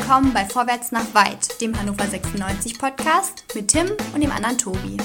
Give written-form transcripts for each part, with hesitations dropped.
willkommen bei Vorwärts nach Weit, dem Hannover 96 Podcast mit Tim und dem anderen Tobi.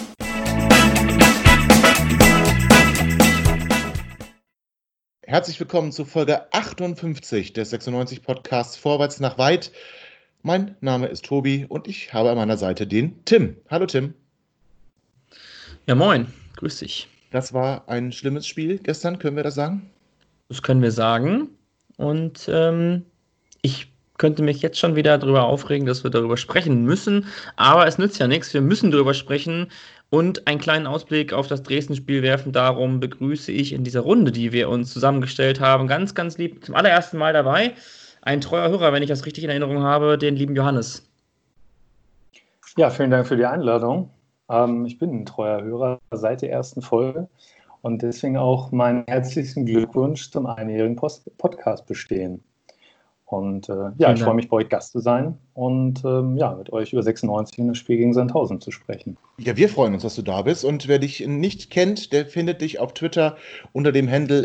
Herzlich willkommen zu Folge 58 des 96 Podcasts Vorwärts nach Weit. Mein Name ist Tobi und ich habe an meiner Seite den Tim. Hallo Tim. Ja, moin. Grüß dich. Das war ein schlimmes Spiel gestern, können wir das sagen? Das können wir sagen. Und ich könnte mich jetzt schon wieder darüber aufregen, dass wir darüber sprechen müssen. Aber es nützt ja nichts. Wir müssen darüber sprechen und einen kleinen Ausblick auf das Dresden-Spiel werfen. Darum begrüße ich in dieser Runde, die wir uns zusammengestellt haben, ganz, ganz lieb zum allerersten Mal dabei ein treuer Hörer, wenn ich das richtig in Erinnerung habe, den lieben Johannes. Ja, vielen Dank für die Einladung. Ich bin ein treuer Hörer seit der ersten Folge und deswegen auch meinen herzlichen Glückwunsch zum einjährigen Podcast bestehen. Und ich freue mich, bei euch Gast zu sein und mit euch über 96 in das Spiel gegen Sandhausen zu sprechen. Ja, wir freuen uns, dass du da bist. Und wer dich nicht kennt, der findet dich auf Twitter unter dem Handle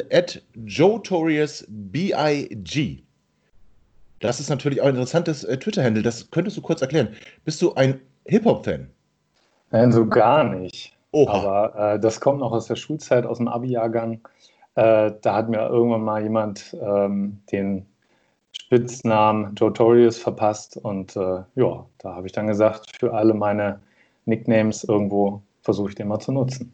@joetoriusbig. Das ist natürlich auch ein interessantes Twitter-Handle. Das könntest du kurz erklären. Bist du ein Hip-Hop-Fan? Nein, so gar nicht. Oha. Aber das kommt noch aus der Schulzeit, aus dem Abi-Jahrgang. Da hat mir irgendwann mal jemand den Spitznamen Joetorius verpasst. Und da habe ich dann gesagt, für alle meine Nicknames irgendwo versuche ich den mal zu nutzen.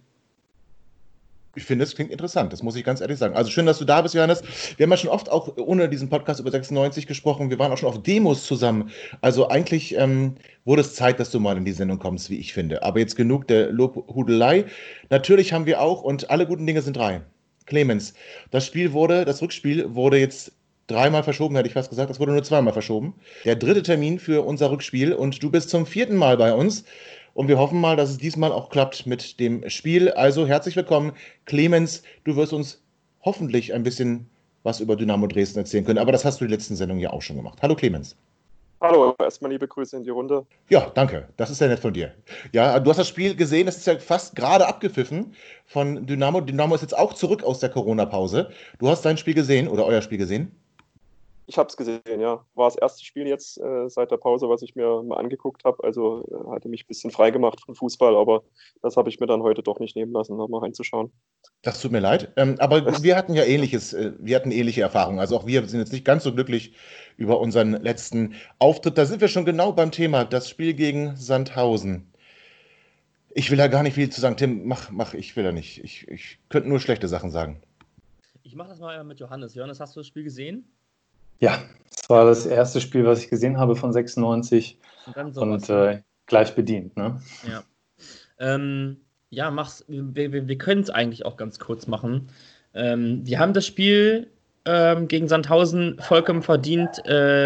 Ich finde, es klingt interessant, das muss ich ganz ehrlich sagen. Also schön, dass du da bist, Johannes. Wir haben ja schon oft auch ohne diesen Podcast über 96 gesprochen. Wir waren auch schon auf Demos zusammen. Also eigentlich wurde es Zeit, dass du mal in die Sendung kommst, wie ich finde. Aber jetzt genug der Lobhudelei. Natürlich haben wir auch, und alle guten Dinge sind drei. Clemens, das Rückspiel wurde jetzt dreimal verschoben, hätte ich fast gesagt. Das wurde nur zweimal verschoben. Der dritte Termin für unser Rückspiel und du bist zum 4. Mal bei uns. Und wir hoffen mal, dass es diesmal auch klappt mit dem Spiel. Also herzlich willkommen, Clemens. Du wirst uns hoffentlich ein bisschen was über Dynamo Dresden erzählen können. Aber das hast du die letzten Sendungen ja auch schon gemacht. Hallo Clemens. Hallo, erstmal liebe Grüße in die Runde. Ja, danke. Das ist ja nett von dir. Ja, du hast das Spiel gesehen. Das ist ja fast gerade abgepfiffen von Dynamo. Dynamo ist jetzt auch zurück aus der Corona-Pause. Du hast dein Spiel gesehen oder euer Spiel gesehen? Ich habe es gesehen, ja. War das erste Spiel jetzt seit der Pause, was ich mir mal angeguckt habe. Also hatte mich ein bisschen freigemacht von Fußball, aber das habe ich mir dann heute doch nicht nehmen lassen, noch mal reinzuschauen. Das tut mir leid. Aber wir hatten ja ähnliche Erfahrungen. Also auch wir sind jetzt nicht ganz so glücklich über unseren letzten Auftritt. Da sind wir schon genau beim Thema, das Spiel gegen Sandhausen. Ich will da gar nicht viel zu sagen. Tim, mach, ich will da nicht. Ich könnte nur schlechte Sachen sagen. Ich mache das mal mit Johannes. Johannes, hast du das Spiel gesehen? Ja, das war das erste Spiel, was ich gesehen habe von 96 und gleich bedient, ne? Ja, wir können es eigentlich auch ganz kurz machen. Wir haben das Spiel gegen Sandhausen vollkommen verdient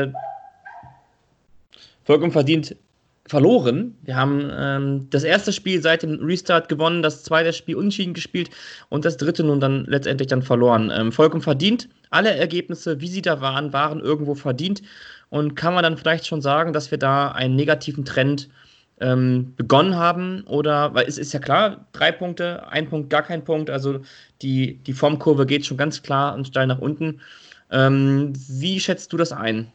verloren. Wir haben das erste Spiel seit dem Restart gewonnen, das zweite Spiel unentschieden gespielt und das dritte nun dann letztendlich dann verloren. Vollkommen verdient. Alle Ergebnisse, wie sie da waren irgendwo verdient. Und kann man dann vielleicht schon sagen, dass wir da einen negativen Trend begonnen haben? Oder, weil es ist ja klar, 3 Punkte, 1 Punkt, gar kein Punkt. Also die Formkurve geht schon ganz klar und steil nach unten. Wie schätzt du das ein?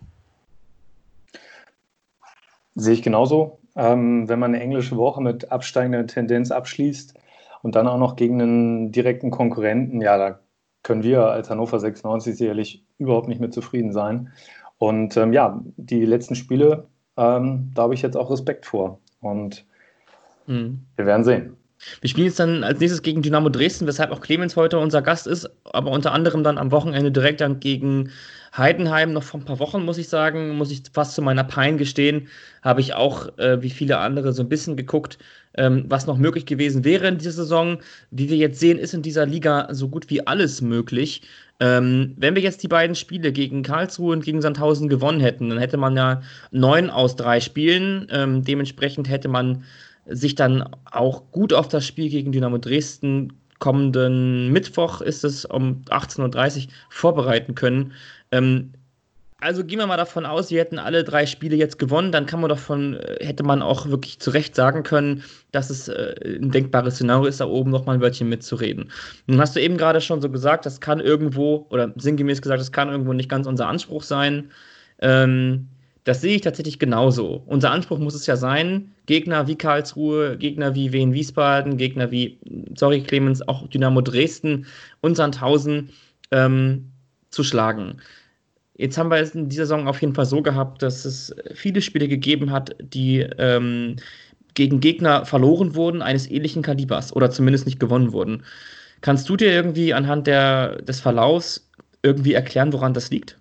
Sehe ich genauso. Wenn man eine englische Woche mit absteigender Tendenz abschließt und dann auch noch gegen einen direkten Konkurrenten, ja, da können wir als Hannover 96 sicherlich überhaupt nicht mehr zufrieden sein. Und die letzten Spiele, da habe ich jetzt auch Respekt vor. Und wir werden sehen. Wir spielen jetzt dann als nächstes gegen Dynamo Dresden, weshalb auch Clemens heute unser Gast ist, aber unter anderem dann am Wochenende direkt dann gegen Heidenheim. Noch vor ein paar Wochen, muss ich sagen, muss ich fast zu meiner Pein gestehen, habe ich auch, wie viele andere, so ein bisschen geguckt, was noch möglich gewesen wäre in dieser Saison. Wie wir jetzt sehen, ist in dieser Liga so gut wie alles möglich. Wenn wir jetzt die beiden Spiele gegen Karlsruhe und gegen Sandhausen gewonnen hätten, dann hätte man ja 9 aus 3 Spielen. Dementsprechend hätte man sich dann auch gut auf das Spiel gegen Dynamo Dresden kommenden Mittwoch ist es um 18:30 Uhr vorbereiten können. Also gehen wir mal davon aus, wir hätten alle 3 Spiele jetzt gewonnen, dann hätte man auch wirklich zu Recht sagen können, dass es ein denkbares Szenario ist, da oben noch mal ein Wörtchen mitzureden. Nun hast du eben gerade schon so gesagt, das kann irgendwo, oder sinngemäß gesagt, das kann irgendwo nicht ganz unser Anspruch sein. Das sehe ich tatsächlich genauso. Unser Anspruch muss es ja sein, Gegner wie Karlsruhe, Gegner wie Wien Wiesbaden, Gegner wie, sorry Clemens, auch Dynamo Dresden und Sandhausen zu schlagen. Jetzt haben wir es in dieser Saison auf jeden Fall so gehabt, dass es viele Spiele gegeben hat, die gegen Gegner verloren wurden, eines ähnlichen Kalibers oder zumindest nicht gewonnen wurden. Kannst du dir irgendwie anhand des Verlaufs irgendwie erklären, woran das liegt?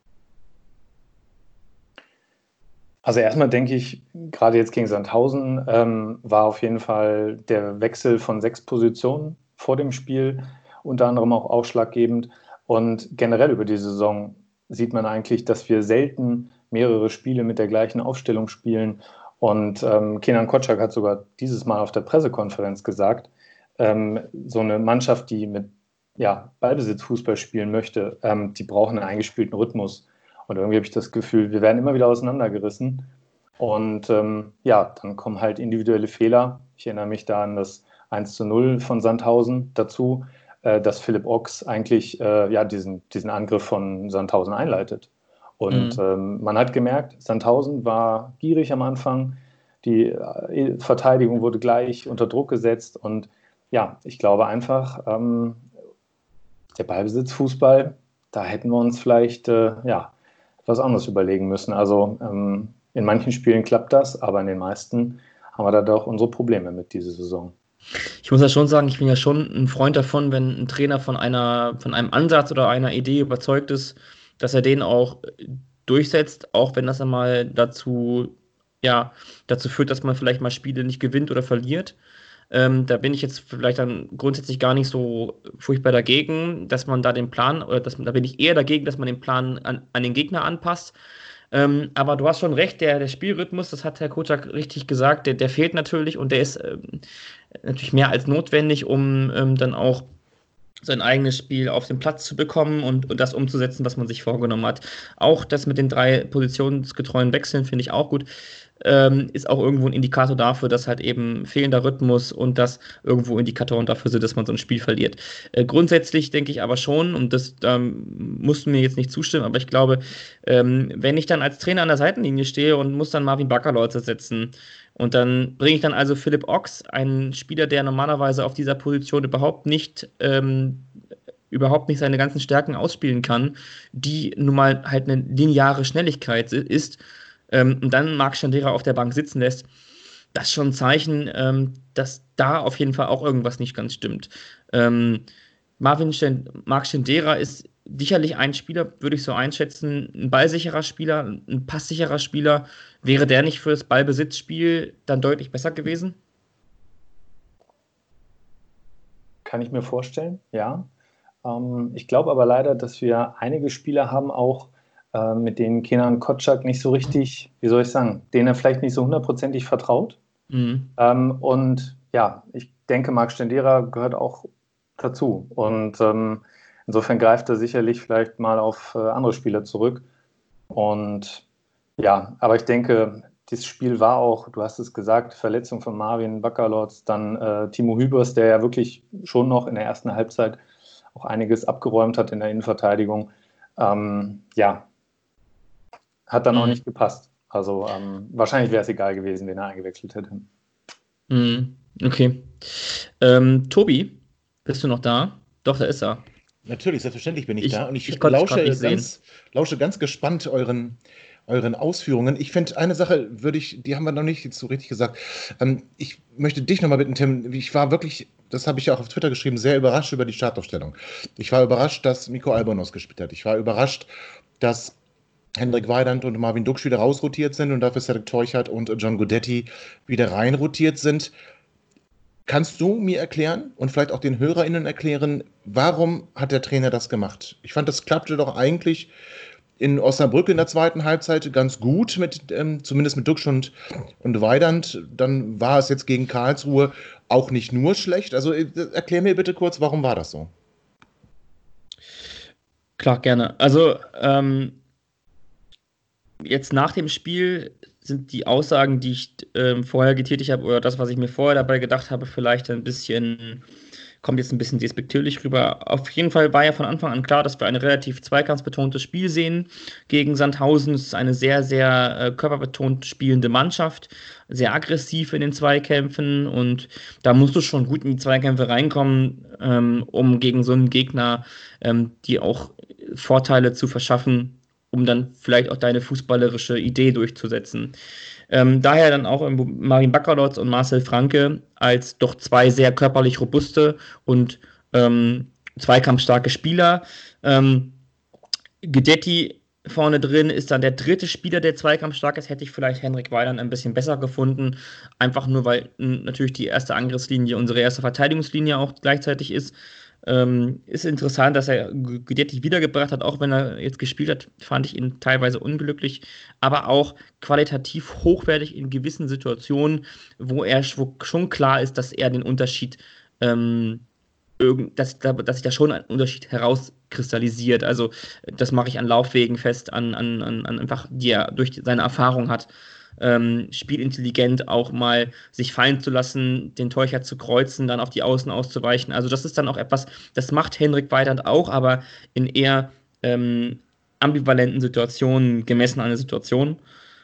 Also erstmal denke ich, gerade jetzt gegen Sandhausen war auf jeden Fall der Wechsel von 6 Positionen vor dem Spiel unter anderem auch ausschlaggebend. Und generell über die Saison sieht man eigentlich, dass wir selten mehrere Spiele mit der gleichen Aufstellung spielen. Und Kenan Kotschak hat sogar dieses Mal auf der Pressekonferenz gesagt, so eine Mannschaft, die mit Ballbesitzfußball spielen möchte, die brauchen einen eingespielten Rhythmus. Und irgendwie habe ich das Gefühl, wir werden immer wieder auseinandergerissen. Und dann kommen halt individuelle Fehler. Ich erinnere mich da an das 1:0 von Sandhausen dazu, dass Philipp Ochs eigentlich diesen Angriff von Sandhausen einleitet. Und man hat gemerkt, Sandhausen war gierig am Anfang. Die Verteidigung wurde gleich unter Druck gesetzt. Und ja, ich glaube einfach, der Ballbesitzfußball, da hätten wir uns vielleicht was anderes überlegen müssen. Also in manchen Spielen klappt das, aber in den meisten haben wir da doch unsere Probleme mit dieser Saison. Ich muss ja schon sagen, ich bin ja schon ein Freund davon, wenn ein Trainer von einem Ansatz oder einer Idee überzeugt ist, dass er den auch durchsetzt, auch wenn das einmal dazu führt, dass man vielleicht mal Spiele nicht gewinnt oder verliert. Da bin ich jetzt vielleicht dann grundsätzlich gar nicht so furchtbar dagegen, dass man da den Plan, da bin ich eher dagegen, dass man den Plan an den Gegner anpasst. Aber du hast schon recht, der Spielrhythmus, das hat Herr Kotschak richtig gesagt, der fehlt natürlich und der ist natürlich mehr als notwendig, um dann auch sein eigenes Spiel auf den Platz zu bekommen und das umzusetzen, was man sich vorgenommen hat. Auch das mit den 3 positionsgetreuen Wechseln finde ich auch gut. Ist auch irgendwo ein Indikator dafür, dass halt eben fehlender Rhythmus und das irgendwo Indikatoren dafür sind, dass man so ein Spiel verliert. Grundsätzlich denke ich aber schon, und das musst du mir jetzt nicht zustimmen, aber ich glaube, wenn ich dann als Trainer an der Seitenlinie stehe und muss dann Marvin Baccalords setzen und dann bringe ich dann also Philipp Ochs, einen Spieler, der normalerweise auf dieser Position überhaupt nicht seine ganzen Stärken ausspielen kann, die nun mal halt eine lineare Schnelligkeit ist, und dann Marc Stendera auf der Bank sitzen lässt, das ist schon ein Zeichen, dass da auf jeden Fall auch irgendwas nicht ganz stimmt. Marc Stendera ist sicherlich ein Spieler, würde ich so einschätzen, ein ballsicherer Spieler, ein passsicherer Spieler. Wäre der nicht für das Ballbesitzspiel dann deutlich besser gewesen? Kann ich mir vorstellen, ja. Ich glaube aber leider, dass wir einige Spieler haben, auch mit denen Kenan Kotschak nicht so richtig, wie soll ich sagen, denen er vielleicht nicht so 100%ig vertraut. Und ja, ich denke, Marc Stendera gehört auch dazu. Und insofern greift er sicherlich vielleicht mal auf andere Spieler zurück. Und ja, aber ich denke, dieses Spiel war auch, du hast es gesagt, Verletzung von Marvin Baccalords, dann Timo Hübers, der ja wirklich schon noch in der ersten Halbzeit auch einiges abgeräumt hat in der Innenverteidigung. Hat dann auch nicht gepasst. Also wahrscheinlich wäre es egal gewesen, wen er eingewechselt hätte. Okay. Tobi, bist du noch da? Doch, da ist er. Natürlich, selbstverständlich bin ich da. Und ich lausche ganz gespannt euren Ausführungen. Ich finde, eine Sache die haben wir noch nicht so richtig gesagt. Ich möchte dich nochmal bitten, Tim. Ich war wirklich, das habe ich ja auch auf Twitter geschrieben, sehr überrascht über die Startaufstellung. Ich war überrascht, dass Mikko Albonos gespielt hat. Ich war überrascht, dass Hendrik Weidand und Marvin Duksch wieder rausrotiert sind und dafür Cedric Teuchert und John Guidetti wieder reinrotiert sind. Kannst du mir erklären und vielleicht auch den HörerInnen erklären, warum hat der Trainer das gemacht? Ich fand, das klappte doch eigentlich in Osnabrück in der zweiten Halbzeit ganz gut, zumindest mit Duksch und Weidand. Dann war es jetzt gegen Karlsruhe auch nicht nur schlecht. Also erklär mir bitte kurz, warum war das so? Klar, gerne. Also jetzt nach dem Spiel sind die Aussagen, die ich vorher getätigt habe, oder das, was ich mir vorher dabei gedacht habe, vielleicht ein bisschen kommt jetzt ein bisschen despektierlich rüber. Auf jeden Fall war ja von Anfang an klar, dass wir ein relativ zweikampfbetontes Spiel sehen gegen Sandhausen. Es ist eine sehr, sehr körperbetont spielende Mannschaft, sehr aggressiv in den Zweikämpfen und da musst du schon gut in die Zweikämpfe reinkommen, um gegen so einen Gegner die auch Vorteile zu verschaffen, um dann vielleicht auch deine fußballerische Idee durchzusetzen. Daher dann auch Marin Bakalotz und Marcel Franke als doch zwei sehr körperlich robuste und zweikampfstarke Spieler. Guidetti vorne drin ist dann der dritte Spieler, der zweikampfstark ist. Hätte ich vielleicht Henrik Weidand ein bisschen besser gefunden. Einfach nur, weil natürlich die erste Angriffslinie unsere erste Verteidigungslinie auch gleichzeitig ist. Ist interessant, dass er Guidetti wiedergebracht hat, auch wenn er jetzt gespielt hat, fand ich ihn teilweise unglücklich, aber auch qualitativ hochwertig in gewissen Situationen, wo schon klar ist, dass er den Unterschied, dass sich da schon ein Unterschied herauskristallisiert. Also das mache ich an Laufwegen fest, an einfach, die er durch seine Erfahrung hat. Spielintelligent auch mal sich fallen zu lassen, den Teucher zu kreuzen, dann auf die Außen auszuweichen. Also das ist dann auch etwas, das macht Henrik Weidand auch, aber in eher ambivalenten Situationen, gemessen an der Situation.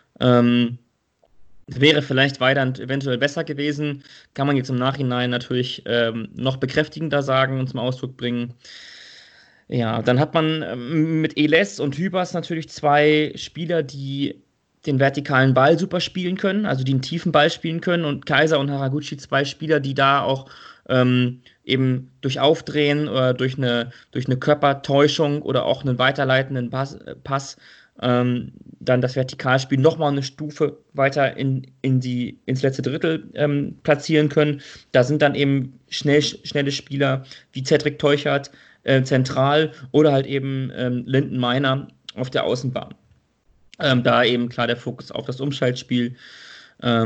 Wäre vielleicht Weidand eventuell besser gewesen, kann man jetzt im Nachhinein natürlich noch bekräftigender sagen und zum Ausdruck bringen. Ja, dann hat man mit Eles und Hübers natürlich zwei Spieler, die den vertikalen Ball super spielen können, also die einen tiefen Ball spielen können, und Kaiser und Haraguchi zwei Spieler, die da auch eben durch Aufdrehen oder durch eine Körpertäuschung oder auch einen weiterleitenden Pass dann das Vertikalspiel nochmal eine Stufe weiter ins letzte Drittel platzieren können. Da sind dann eben schnelle Spieler wie Cedric Teuchert zentral oder halt eben Linden Meiner auf der Außenbahn. Da eben klar der Fokus auf das Umschaltspiel. Ja.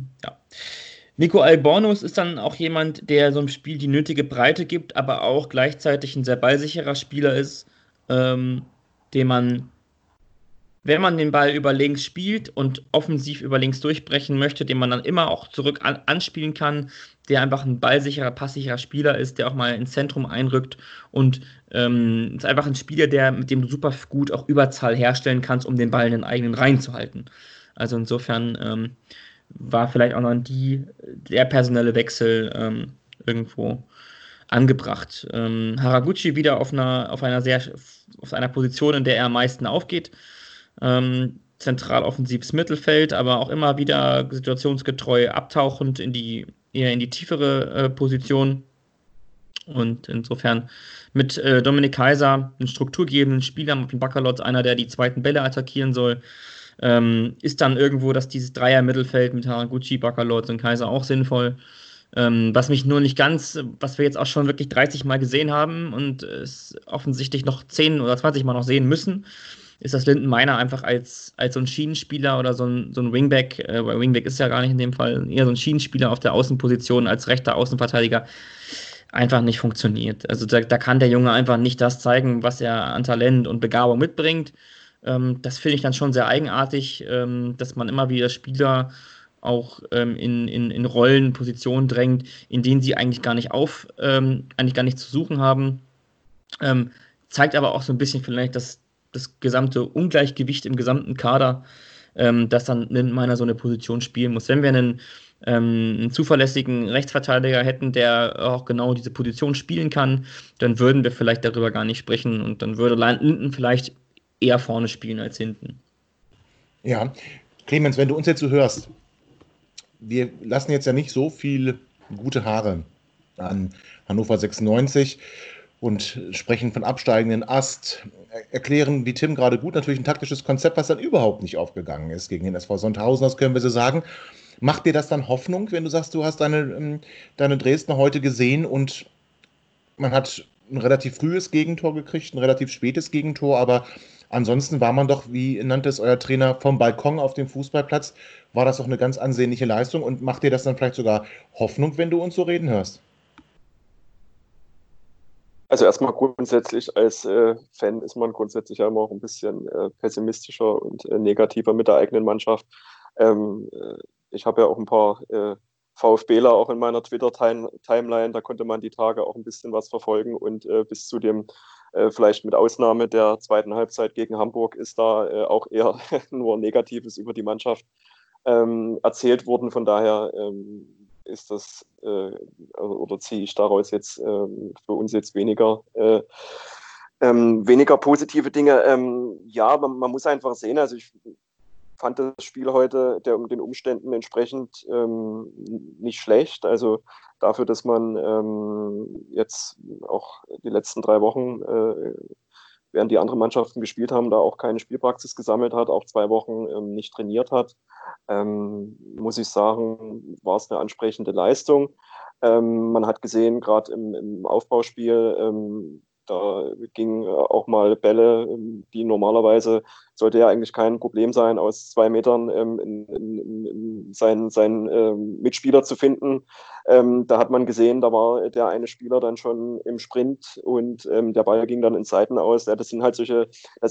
Nico Albornoz ist dann auch jemand, der so einem Spiel die nötige Breite gibt, aber auch gleichzeitig ein sehr ballsicherer Spieler ist, den man, wenn man den Ball über links spielt und offensiv über links durchbrechen möchte, den man dann immer auch zurück anspielen kann, der einfach ein ballsicherer, passsicherer Spieler ist, der auch mal ins Zentrum einrückt und ist einfach ein Spieler, mit dem du super gut auch Überzahl herstellen kannst, um den Ball in den eigenen Reihen zu halten. Also insofern war vielleicht auch noch der personelle Wechsel irgendwo angebracht. Haraguchi wieder auf einer Position, in der er am meisten aufgeht. Zentral offensives Mittelfeld, aber auch immer wieder situationsgetreu abtauchend eher in die tiefere Position. Und insofern mit Dominik Kaiser, einen strukturgebenden Spieler, Martin Bakalotz, einer, der die zweiten Bälle attackieren soll, ist dann irgendwo dieses Dreier-Mittelfeld mit Haraguchi, Bakalotz und Kaiser auch sinnvoll. Was mich nur nicht ganz, was wir jetzt auch schon wirklich 30 Mal gesehen haben und es offensichtlich noch 10 oder 20 Mal noch sehen müssen, ist das Linden Meiner einfach als so ein Schienenspieler oder so ein Wingback, weil Wingback ist ja gar nicht in dem Fall, eher so ein Schienenspieler auf der Außenposition als rechter Außenverteidiger, einfach nicht funktioniert. Also da kann der Junge einfach nicht das zeigen, was er an Talent und Begabung mitbringt. Das finde ich dann schon sehr eigenartig, dass man immer wieder Spieler auch in Rollen, Positionen drängt, in denen sie eigentlich gar nicht zu suchen haben. Zeigt aber auch so ein bisschen vielleicht das gesamte Ungleichgewicht im gesamten Kader, dass dann Meiner so eine Position spielen muss. Wenn wir einen zuverlässigen Rechtsverteidiger hätten, der auch genau diese Position spielen kann, dann würden wir vielleicht darüber gar nicht sprechen und dann würde Linden vielleicht eher vorne spielen als hinten. Ja, Clemens, wenn du uns jetzt so hörst, wir lassen jetzt ja nicht so viel gute Haare an Hannover 96 und sprechen von absteigenden Ast, erklären, wie Tim gerade gut, natürlich ein taktisches Konzept, was dann überhaupt nicht aufgegangen ist gegen den SV Sandhausen, das können wir so sagen. Macht dir das dann Hoffnung, wenn du sagst, du hast deine Dresdner heute gesehen und man hat ein relativ frühes Gegentor gekriegt, ein relativ spätes Gegentor, aber ansonsten war man doch, wie nannte es euer Trainer, vom Balkon auf dem Fußballplatz, war das doch eine ganz ansehnliche Leistung und macht dir das dann vielleicht sogar Hoffnung, wenn du uns so reden hörst? Also erstmal grundsätzlich als Fan ist man grundsätzlich ja immer auch ein bisschen pessimistischer und negativer mit der eigenen Mannschaft. Ich habe ja auch ein paar VfBler auch in meiner Twitter-Timeline, da konnte man die Tage auch ein bisschen was verfolgen und bis zu dem, vielleicht mit Ausnahme der zweiten Halbzeit gegen Hamburg, ist da auch eher nur Negatives über die Mannschaft erzählt worden. Von daher ist das, oder ziehe ich daraus jetzt für uns jetzt weniger positive Dinge. Ja, man muss einfach sehen, also ich fand das Spiel heute den Umständen entsprechend nicht schlecht. Also dafür, dass man jetzt auch die letzten 3 Wochen, während die anderen Mannschaften gespielt haben, da auch keine Spielpraxis gesammelt hat, auch 2 Wochen nicht trainiert hat, muss ich sagen, war es eine ansprechende Leistung. Man hat gesehen, gerade im Aufbauspiel, da gingen auch mal Bälle, die normalerweise, sollte ja eigentlich kein Problem sein, aus 2 Metern seinen Mitspieler zu finden. Da hat man gesehen, da war der eine Spieler dann schon im Sprint und der Ball ging dann in Seiten aus. Das sind halt solche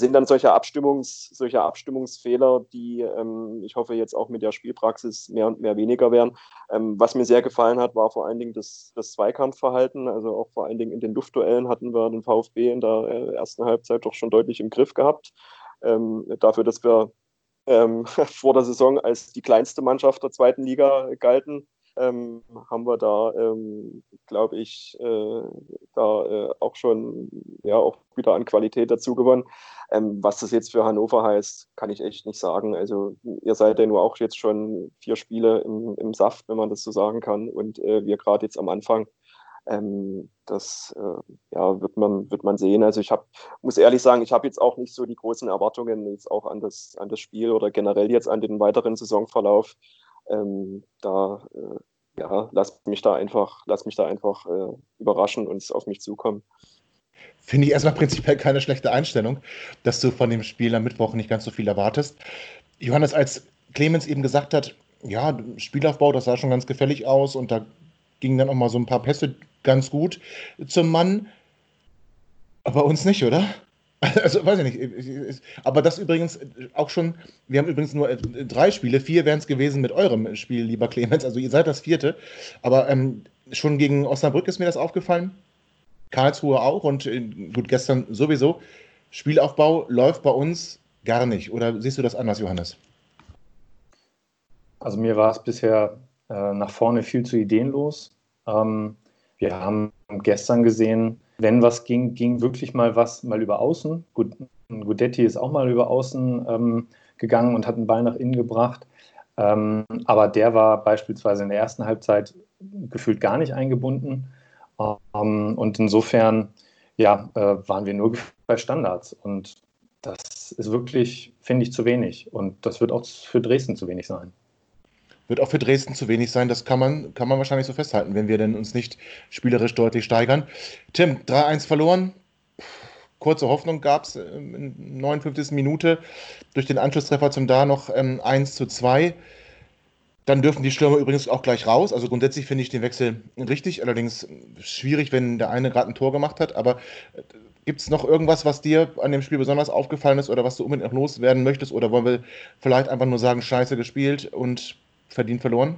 Abstimmungsfehler, die ich hoffe jetzt auch mit der Spielpraxis mehr und mehr weniger werden. Was mir sehr gefallen hat, war vor allen Dingen das Zweikampfverhalten. Also auch vor allen Dingen in den Luftduellen hatten wir den VfB in der ersten Halbzeit doch schon deutlich im Griff gehabt. Dafür, dass wir vor der Saison als die kleinste Mannschaft der zweiten Liga galten, haben wir da, glaube ich, auch schon auch wieder an Qualität dazu gewonnen. Was das jetzt für Hannover heißt, kann ich echt nicht sagen. Also ihr seid ja nur auch jetzt schon 4 Spiele im Saft, wenn man das so sagen kann, und wir gerade jetzt am Anfang. Das wird man sehen. Also muss ehrlich sagen, ich habe jetzt auch nicht so die großen Erwartungen jetzt auch an das Spiel oder generell jetzt an den weiteren Saisonverlauf. Lasst mich da einfach überraschen und es auf mich zukommen. Finde ich erstmal prinzipiell keine schlechte Einstellung, dass du von dem Spiel am Mittwoch nicht ganz so viel erwartest. Johannes, als Clemens eben gesagt hat, ja, Spielaufbau, das sah schon ganz gefällig aus und da gingen dann auch mal so ein paar Pässe ganz gut zum Mann. Aber uns nicht, oder? Also, weiß ich nicht. Aber das übrigens auch schon, wir haben übrigens nur 3 Spiele, 4 wären es gewesen mit eurem Spiel, lieber Clemens. Also ihr seid das 4. Aber schon gegen Osnabrück ist mir das aufgefallen. Karlsruhe auch und gut, gestern sowieso. Spielaufbau läuft bei uns gar nicht. Oder siehst du das anders, Johannes? Also mir war es bisher nach vorne viel zu ideenlos. Wir haben gestern gesehen, wenn was ging wirklich mal über Außen. Gudetti ist auch mal über Außen gegangen und hat einen Ball nach innen gebracht. Aber der war beispielsweise in der ersten Halbzeit gefühlt gar nicht eingebunden. Und insofern waren wir nur bei Standards. Und das ist wirklich, finde ich, zu wenig. Und das wird auch für Dresden zu wenig sein. Wird auch für Dresden zu wenig sein, das kann man wahrscheinlich so festhalten, wenn wir denn uns nicht spielerisch deutlich steigern. Tim, 3-1 verloren, kurze Hoffnung gab es in 59. Minute, durch den Anschlusstreffer zum Da noch 1:2. Dann dürfen die Stürmer übrigens auch gleich raus, also grundsätzlich finde ich den Wechsel richtig, allerdings schwierig, wenn der eine gerade ein Tor gemacht hat, aber gibt es noch irgendwas, was dir an dem Spiel besonders aufgefallen ist oder was du unbedingt noch loswerden möchtest, oder wollen wir vielleicht einfach nur sagen, scheiße gespielt und verdient verloren?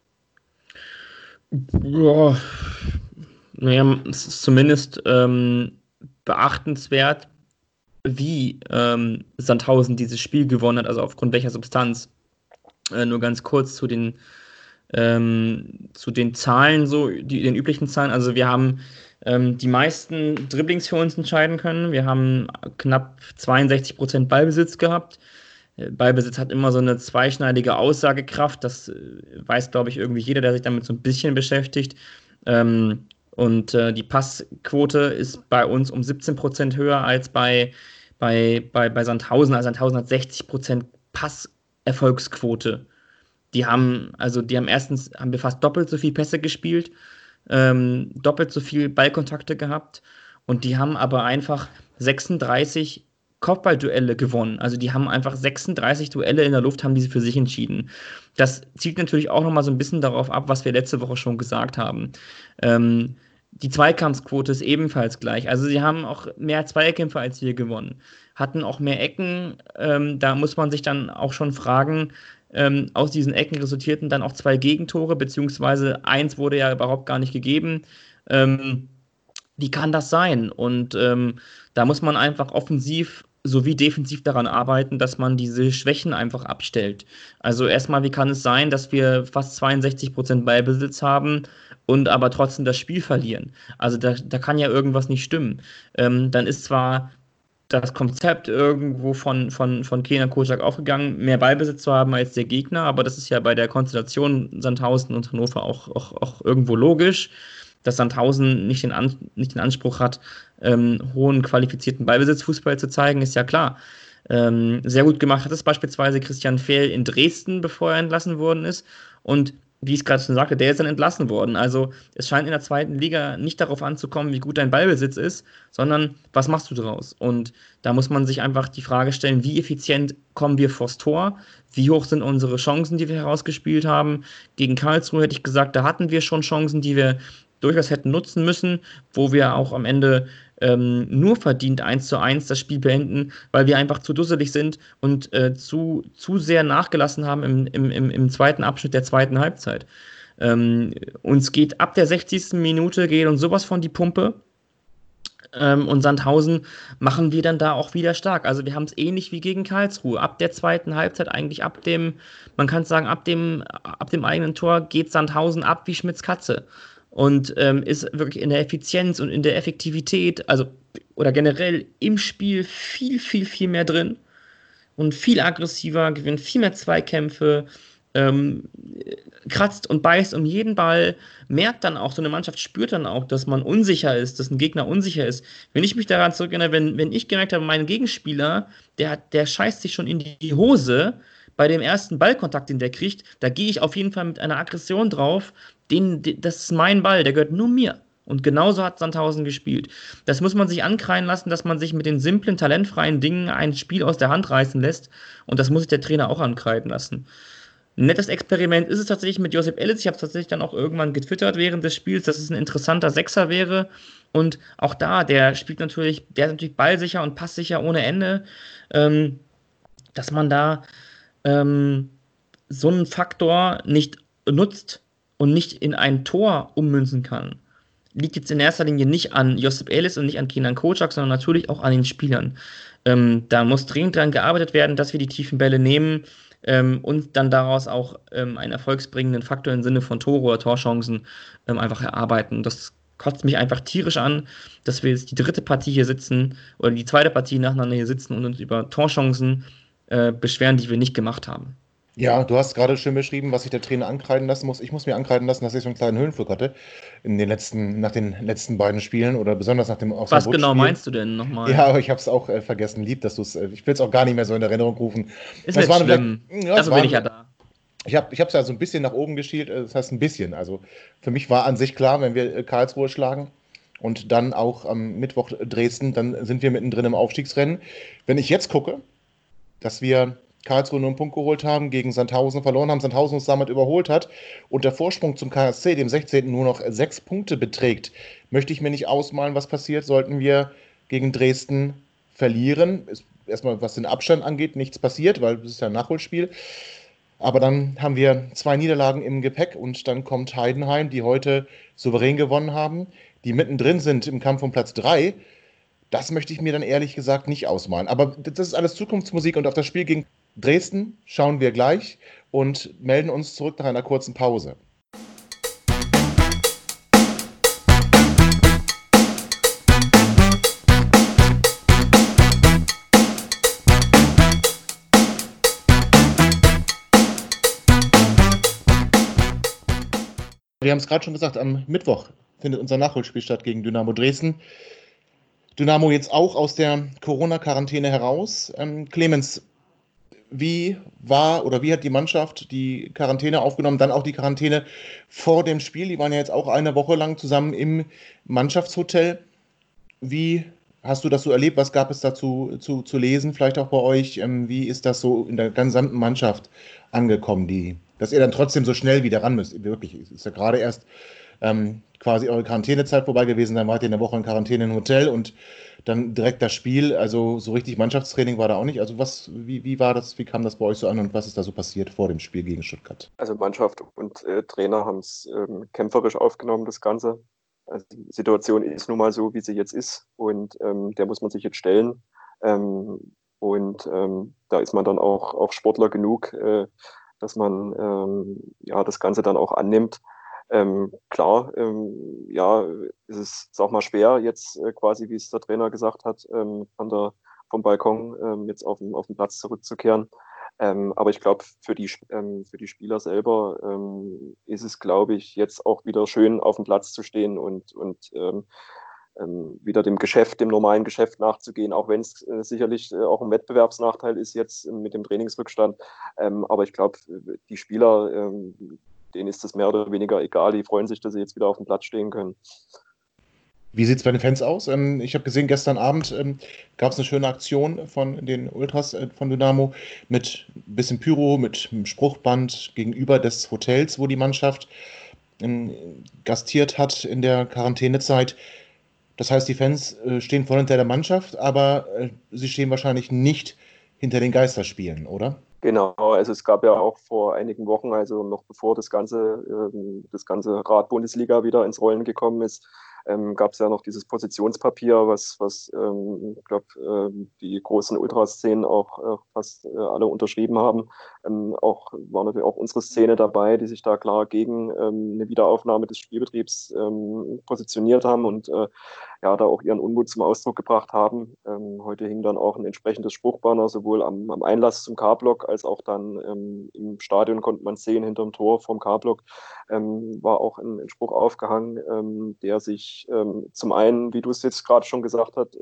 Ja, naja, es ist zumindest beachtenswert, wie Sandhausen dieses Spiel gewonnen hat, also aufgrund welcher Substanz. Nur ganz kurz zu den Zahlen, so den üblichen Zahlen. Also wir haben die meisten Dribblings für uns entscheiden können. Wir haben knapp 62% Ballbesitz gehabt. Ballbesitz hat immer so eine zweischneidige Aussagekraft. Das weiß, glaube ich, irgendwie jeder, der sich damit so ein bisschen beschäftigt. Und die Passquote ist bei uns um 17% höher als bei Sandhausen. Also Sandhausen hat 60% Passerfolgsquote. Erstens haben wir fast doppelt so viel Pässe gespielt, doppelt so viel Ballkontakte gehabt, und die haben aber einfach 36 Kopfballduelle gewonnen. Also die haben einfach 36 Duelle in der Luft, haben diese für sich entschieden. Das zielt natürlich auch nochmal so ein bisschen darauf ab, was wir letzte Woche schon gesagt haben. Die Zweikampfquote ist ebenfalls gleich. Also sie haben auch mehr Zweikämpfe als wir gewonnen, hatten auch mehr Ecken. Da muss man sich dann auch schon fragen, Aus diesen Ecken resultierten dann auch 2 Gegentore, beziehungsweise 1 wurde ja überhaupt gar nicht gegeben. Wie kann das sein? Und da muss man einfach offensiv sowie defensiv daran arbeiten, dass man diese Schwächen einfach abstellt. Also erstmal, wie kann es sein, dass wir fast 62% Ballbesitz haben und aber trotzdem das Spiel verlieren? Also da kann ja irgendwas nicht stimmen. Dann ist zwar das Konzept irgendwo von Kenan Kocak aufgegangen, mehr Ballbesitz zu haben als der Gegner, aber das ist ja bei der Konstellation Sandhausen und Hannover auch irgendwo logisch, dass Sandhausen nicht den Anspruch hat, hohen qualifizierten Ballbesitzfußball zu zeigen, ist ja klar. Sehr gut gemacht hat es beispielsweise Christian Fehl in Dresden, bevor er entlassen worden ist. Und wie ich es gerade schon sagte, der ist dann entlassen worden. Also es scheint in der 2. Liga nicht darauf anzukommen, wie gut dein Ballbesitz ist, sondern was machst du draus? Und da muss man sich einfach die Frage stellen, wie effizient kommen wir vors Tor? Wie hoch sind unsere Chancen, die wir herausgespielt haben? Gegen Karlsruhe hätte ich gesagt, da hatten wir schon Chancen, die wir durchaus hätten nutzen müssen, wo wir auch am Ende nur verdient 1:1 das Spiel beenden, weil wir einfach zu dusselig sind und zu sehr nachgelassen haben im zweiten Abschnitt der zweiten Halbzeit. Uns geht ab der 60. Minute geht uns sowas von die Pumpe. Und Sandhausen machen wir dann da auch wieder stark. Also wir haben es ähnlich wie gegen Karlsruhe. Ab der zweiten Halbzeit, eigentlich man kann sagen, ab dem eigenen Tor geht Sandhausen ab wie Schmitz Katze. Und ist wirklich in der Effizienz und in der Effektivität, oder generell im Spiel viel, viel, viel mehr drin und viel aggressiver, gewinnt viel mehr Zweikämpfe, kratzt und beißt um jeden Ball, merkt dann auch, so eine Mannschaft spürt dann auch, dass man unsicher ist, dass ein Gegner unsicher ist. Wenn ich mich daran zurückerinnere, wenn ich gemerkt habe, mein Gegenspieler, der scheißt sich schon in die Hose bei dem ersten Ballkontakt, den der kriegt, da gehe ich auf jeden Fall mit einer Aggression drauf, das ist mein Ball, der gehört nur mir. Und genauso hat Sandhausen gespielt. Das muss man sich ankreiden lassen, dass man sich mit den simplen, talentfreien Dingen ein Spiel aus der Hand reißen lässt. Und das muss sich der Trainer auch ankreiden lassen. Ein nettes Experiment ist es tatsächlich mit Josip Ellis. Ich habe es tatsächlich dann auch irgendwann getwittert während des Spiels, dass es ein interessanter Sechser wäre. Und auch da, der ist natürlich ballsicher und passsicher ohne Ende. Dass man da so einen Faktor nicht nutzt und nicht in ein Tor ummünzen kann, liegt jetzt in erster Linie nicht an Josip Ellis und nicht an Kenan Kocak, sondern natürlich auch an den Spielern. Da muss dringend daran gearbeitet werden, dass wir die tiefen Bälle nehmen und dann daraus auch einen erfolgsbringenden Faktor im Sinne von Tore oder Torchancen einfach erarbeiten. Das kotzt mich einfach tierisch an, dass wir jetzt die dritte Partie hier sitzen oder die zweite Partie nacheinander hier sitzen und uns über Torchancen beschweren, die wir nicht gemacht haben. Ja, du hast gerade schön beschrieben, was sich der Trainer ankreiden lassen muss. Ich muss mir ankreiden lassen, dass ich so einen kleinen Höhenflug hatte nach den letzten beiden Spielen oder besonders nach dem Was genau meinst du denn nochmal? Ja, aber ich habe es auch vergessen. Lieb, dass du es. Ich will es auch gar nicht mehr so in Erinnerung rufen. Ist nicht schlimm. Dafür bin ich ja da. Ich habe es ja so ein bisschen nach oben geschielt. Das heißt ein bisschen. Also für mich war an sich klar, wenn wir Karlsruhe schlagen und dann auch am Mittwoch Dresden, dann sind wir mittendrin im Aufstiegsrennen. Wenn ich jetzt gucke, dass wir Karlsruhe nur einen Punkt geholt haben, gegen Sandhausen verloren haben, Sandhausen uns damit überholt hat und der Vorsprung zum KSC, dem 16., nur noch 6 Punkte beträgt, möchte ich mir nicht ausmalen, was passiert, sollten wir gegen Dresden verlieren. Ist erstmal, was den Abstand angeht, nichts passiert, weil es ist ja ein Nachholspiel. Aber dann haben wir 2 Niederlagen im Gepäck und dann kommt Heidenheim, die heute souverän gewonnen haben, die mittendrin sind im Kampf um Platz 3. Das möchte ich mir dann ehrlich gesagt nicht ausmalen. Aber das ist alles Zukunftsmusik und auf das Spiel gegen Dresden schauen wir gleich und melden uns zurück nach einer kurzen Pause. Wir haben es gerade schon gesagt, am Mittwoch findet unser Nachholspiel statt gegen Dynamo Dresden. Dynamo jetzt auch aus der Corona-Quarantäne heraus. Clemens, wie hat die Mannschaft die Quarantäne aufgenommen, dann auch die Quarantäne vor dem Spiel? Die waren ja jetzt auch eine Woche lang zusammen im Mannschaftshotel. Wie hast du das so erlebt? Was gab es dazu zu lesen, vielleicht auch bei euch? Wie ist das so in der gesamten Mannschaft angekommen, dass ihr dann trotzdem so schnell wieder ran müsst? Wirklich, es ist ja gerade erst quasi eure Quarantänezeit vorbei gewesen, dann wart ihr eine Woche in Quarantäne im Hotel und dann direkt das Spiel, also so richtig Mannschaftstraining war da auch nicht. Also wie war das, wie kam das bei euch so an und was ist da so passiert vor dem Spiel gegen Stuttgart? Also Mannschaft und Trainer haben es kämpferisch aufgenommen, das Ganze. Also die Situation ist nun mal so, wie sie jetzt ist und der muss man sich jetzt stellen. Da ist man dann auch Sportler genug, dass man das Ganze dann auch annimmt. Klar, ist es auch mal schwer, jetzt quasi, wie es der Trainer gesagt hat, vom Balkon jetzt auf den Platz zurückzukehren. Aber ich glaube, für die Spieler selber ist es, glaube ich, jetzt auch wieder schön, auf dem Platz zu stehen und wieder dem normalen Geschäft nachzugehen, auch wenn es sicherlich auch ein Wettbewerbsnachteil ist jetzt mit dem Trainingsrückstand. Aber ich glaube, die Spieler, denen ist es mehr oder weniger egal. Die freuen sich, dass sie jetzt wieder auf dem Platz stehen können. Wie sieht es bei den Fans aus? Ich habe gesehen, gestern Abend gab es eine schöne Aktion von den Ultras von Dynamo mit ein bisschen Pyro, mit einem Spruchband gegenüber des Hotels, wo die Mannschaft gastiert hat in der Quarantänezeit. Das heißt, die Fans stehen voll hinter der Mannschaft, aber sie stehen wahrscheinlich nicht hinter den Geisterspielen, oder? Genau, also es gab ja auch vor einigen Wochen, also noch bevor das ganze Rad-Bundesliga wieder ins Rollen gekommen ist, gab es ja noch dieses Positionspapier, was ich glaube, die großen Ultraszenen auch fast alle unterschrieben haben. War natürlich auch unsere Szene dabei, die sich da klar gegen eine Wiederaufnahme des Spielbetriebs positioniert haben und da auch ihren Unmut zum Ausdruck gebracht haben. Heute hing dann auch ein entsprechendes Spruchbanner, sowohl am Einlass zum K-Block als auch dann im Stadion konnte man sehen, hinterm Tor vom K-Block war auch ein Spruch aufgehangen, der sich zum einen, wie du es jetzt gerade schon gesagt hast,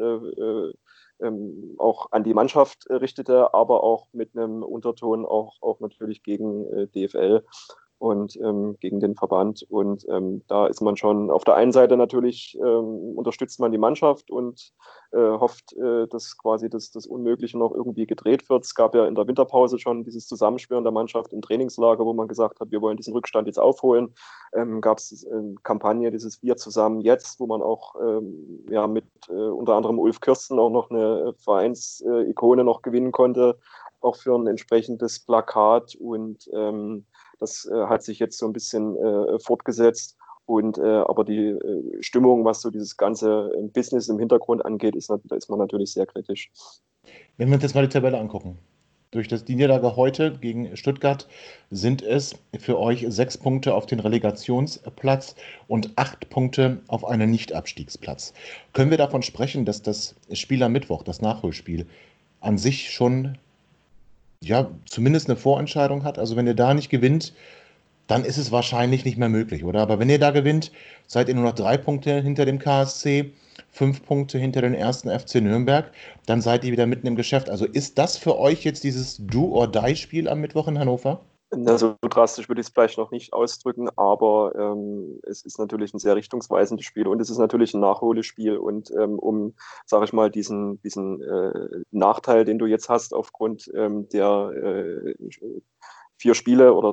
auch an die Mannschaft richtete, aber auch mit einem Unterton auch natürlich gegen DFL und gegen den Verband. Und da ist man schon auf der einen Seite natürlich, unterstützt man die Mannschaft und hofft, dass quasi das Unmögliche noch irgendwie gedreht wird. Es gab ja in der Winterpause schon dieses Zusammenschwören der Mannschaft im Trainingslager, wo man gesagt hat, wir wollen diesen Rückstand jetzt aufholen. Gab es eine Kampagne, dieses Wir zusammen jetzt, wo man auch mit unter anderem Ulf Kirsten auch noch eine Vereinsikone noch gewinnen konnte, auch für ein entsprechendes Plakat und das hat sich jetzt so ein bisschen fortgesetzt. Aber die Stimmung, was so dieses ganze Business im Hintergrund angeht, da ist man natürlich sehr kritisch. Wenn wir uns jetzt mal die Tabelle angucken. Durch die Niederlage heute gegen Stuttgart sind es für euch 6 Punkte auf den Relegationsplatz und 8 Punkte auf einen Nicht-Abstiegsplatz. Können wir davon sprechen, dass das Spiel am Mittwoch, das Nachholspiel, an sich schon zumindest eine Vorentscheidung hat? Also wenn ihr da nicht gewinnt, dann ist es wahrscheinlich nicht mehr möglich, oder? Aber wenn ihr da gewinnt, seid ihr nur noch 3 Punkte hinter dem KSC, 5 Punkte hinter den ersten FC Nürnberg, dann seid ihr wieder mitten im Geschäft. Also ist das für euch jetzt dieses Do-or-Die-Spiel am Mittwoch in Hannover? So drastisch würde ich es vielleicht noch nicht ausdrücken, aber es ist natürlich ein sehr richtungsweisendes Spiel und es ist natürlich ein Nachholspiel und sage ich mal, diesen Nachteil, den du jetzt hast aufgrund der 4 Spiele oder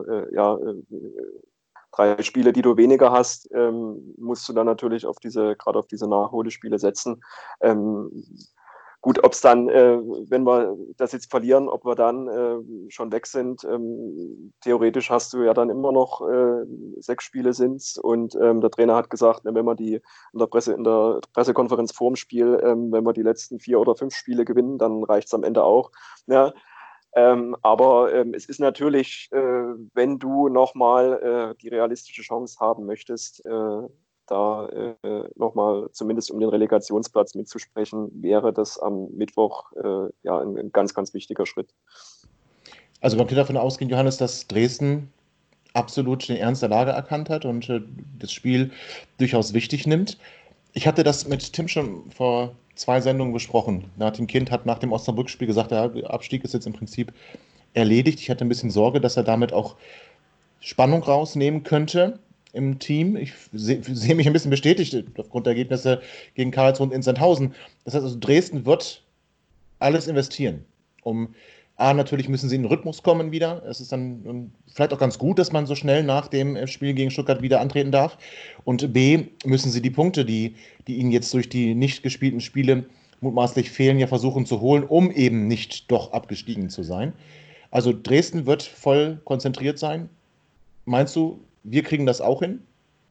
3 Spiele, die du weniger hast, musst du dann natürlich gerade auf diese Nachholspiele setzen. Gut, ob es dann, wenn wir das jetzt verlieren, ob wir dann schon weg sind, theoretisch hast du ja dann immer noch 6 Spiele sind's und der Trainer hat gesagt, wenn wir die in der Pressekonferenz vorm Spiel, wenn wir die letzten 4 oder 5 Spiele gewinnen, dann reicht es am Ende auch. Ja. Aber es ist natürlich, wenn du nochmal die realistische Chance haben möchtest, da nochmal zumindest um den Relegationsplatz mitzusprechen, wäre das am Mittwoch ein ganz, ganz wichtiger Schritt. Also man kann davon ausgehen, Johannes, dass Dresden absolut den Ernst der Lage erkannt hat und das Spiel durchaus wichtig nimmt. Ich hatte das mit Tim schon vor 2 Sendungen besprochen. Martin Kind hat nach dem Osnabrück-Spiel gesagt, der Abstieg ist jetzt im Prinzip erledigt. Ich hatte ein bisschen Sorge, dass er damit auch Spannung rausnehmen könnte im Team. Ich sehe mich ein bisschen bestätigt aufgrund der Ergebnisse gegen Karlsruhe und in Sandhausen. Das heißt also, Dresden wird alles investieren, um Natürlich müssen sie in den Rhythmus kommen wieder. Es ist dann vielleicht auch ganz gut, dass man so schnell nach dem Spiel gegen Stuttgart wieder antreten darf. Und B, müssen sie die Punkte, die ihnen jetzt durch die nicht gespielten Spiele mutmaßlich fehlen, ja versuchen zu holen, um eben nicht doch abgestiegen zu sein. Also Dresden wird voll konzentriert sein. Meinst du, wir kriegen das auch hin?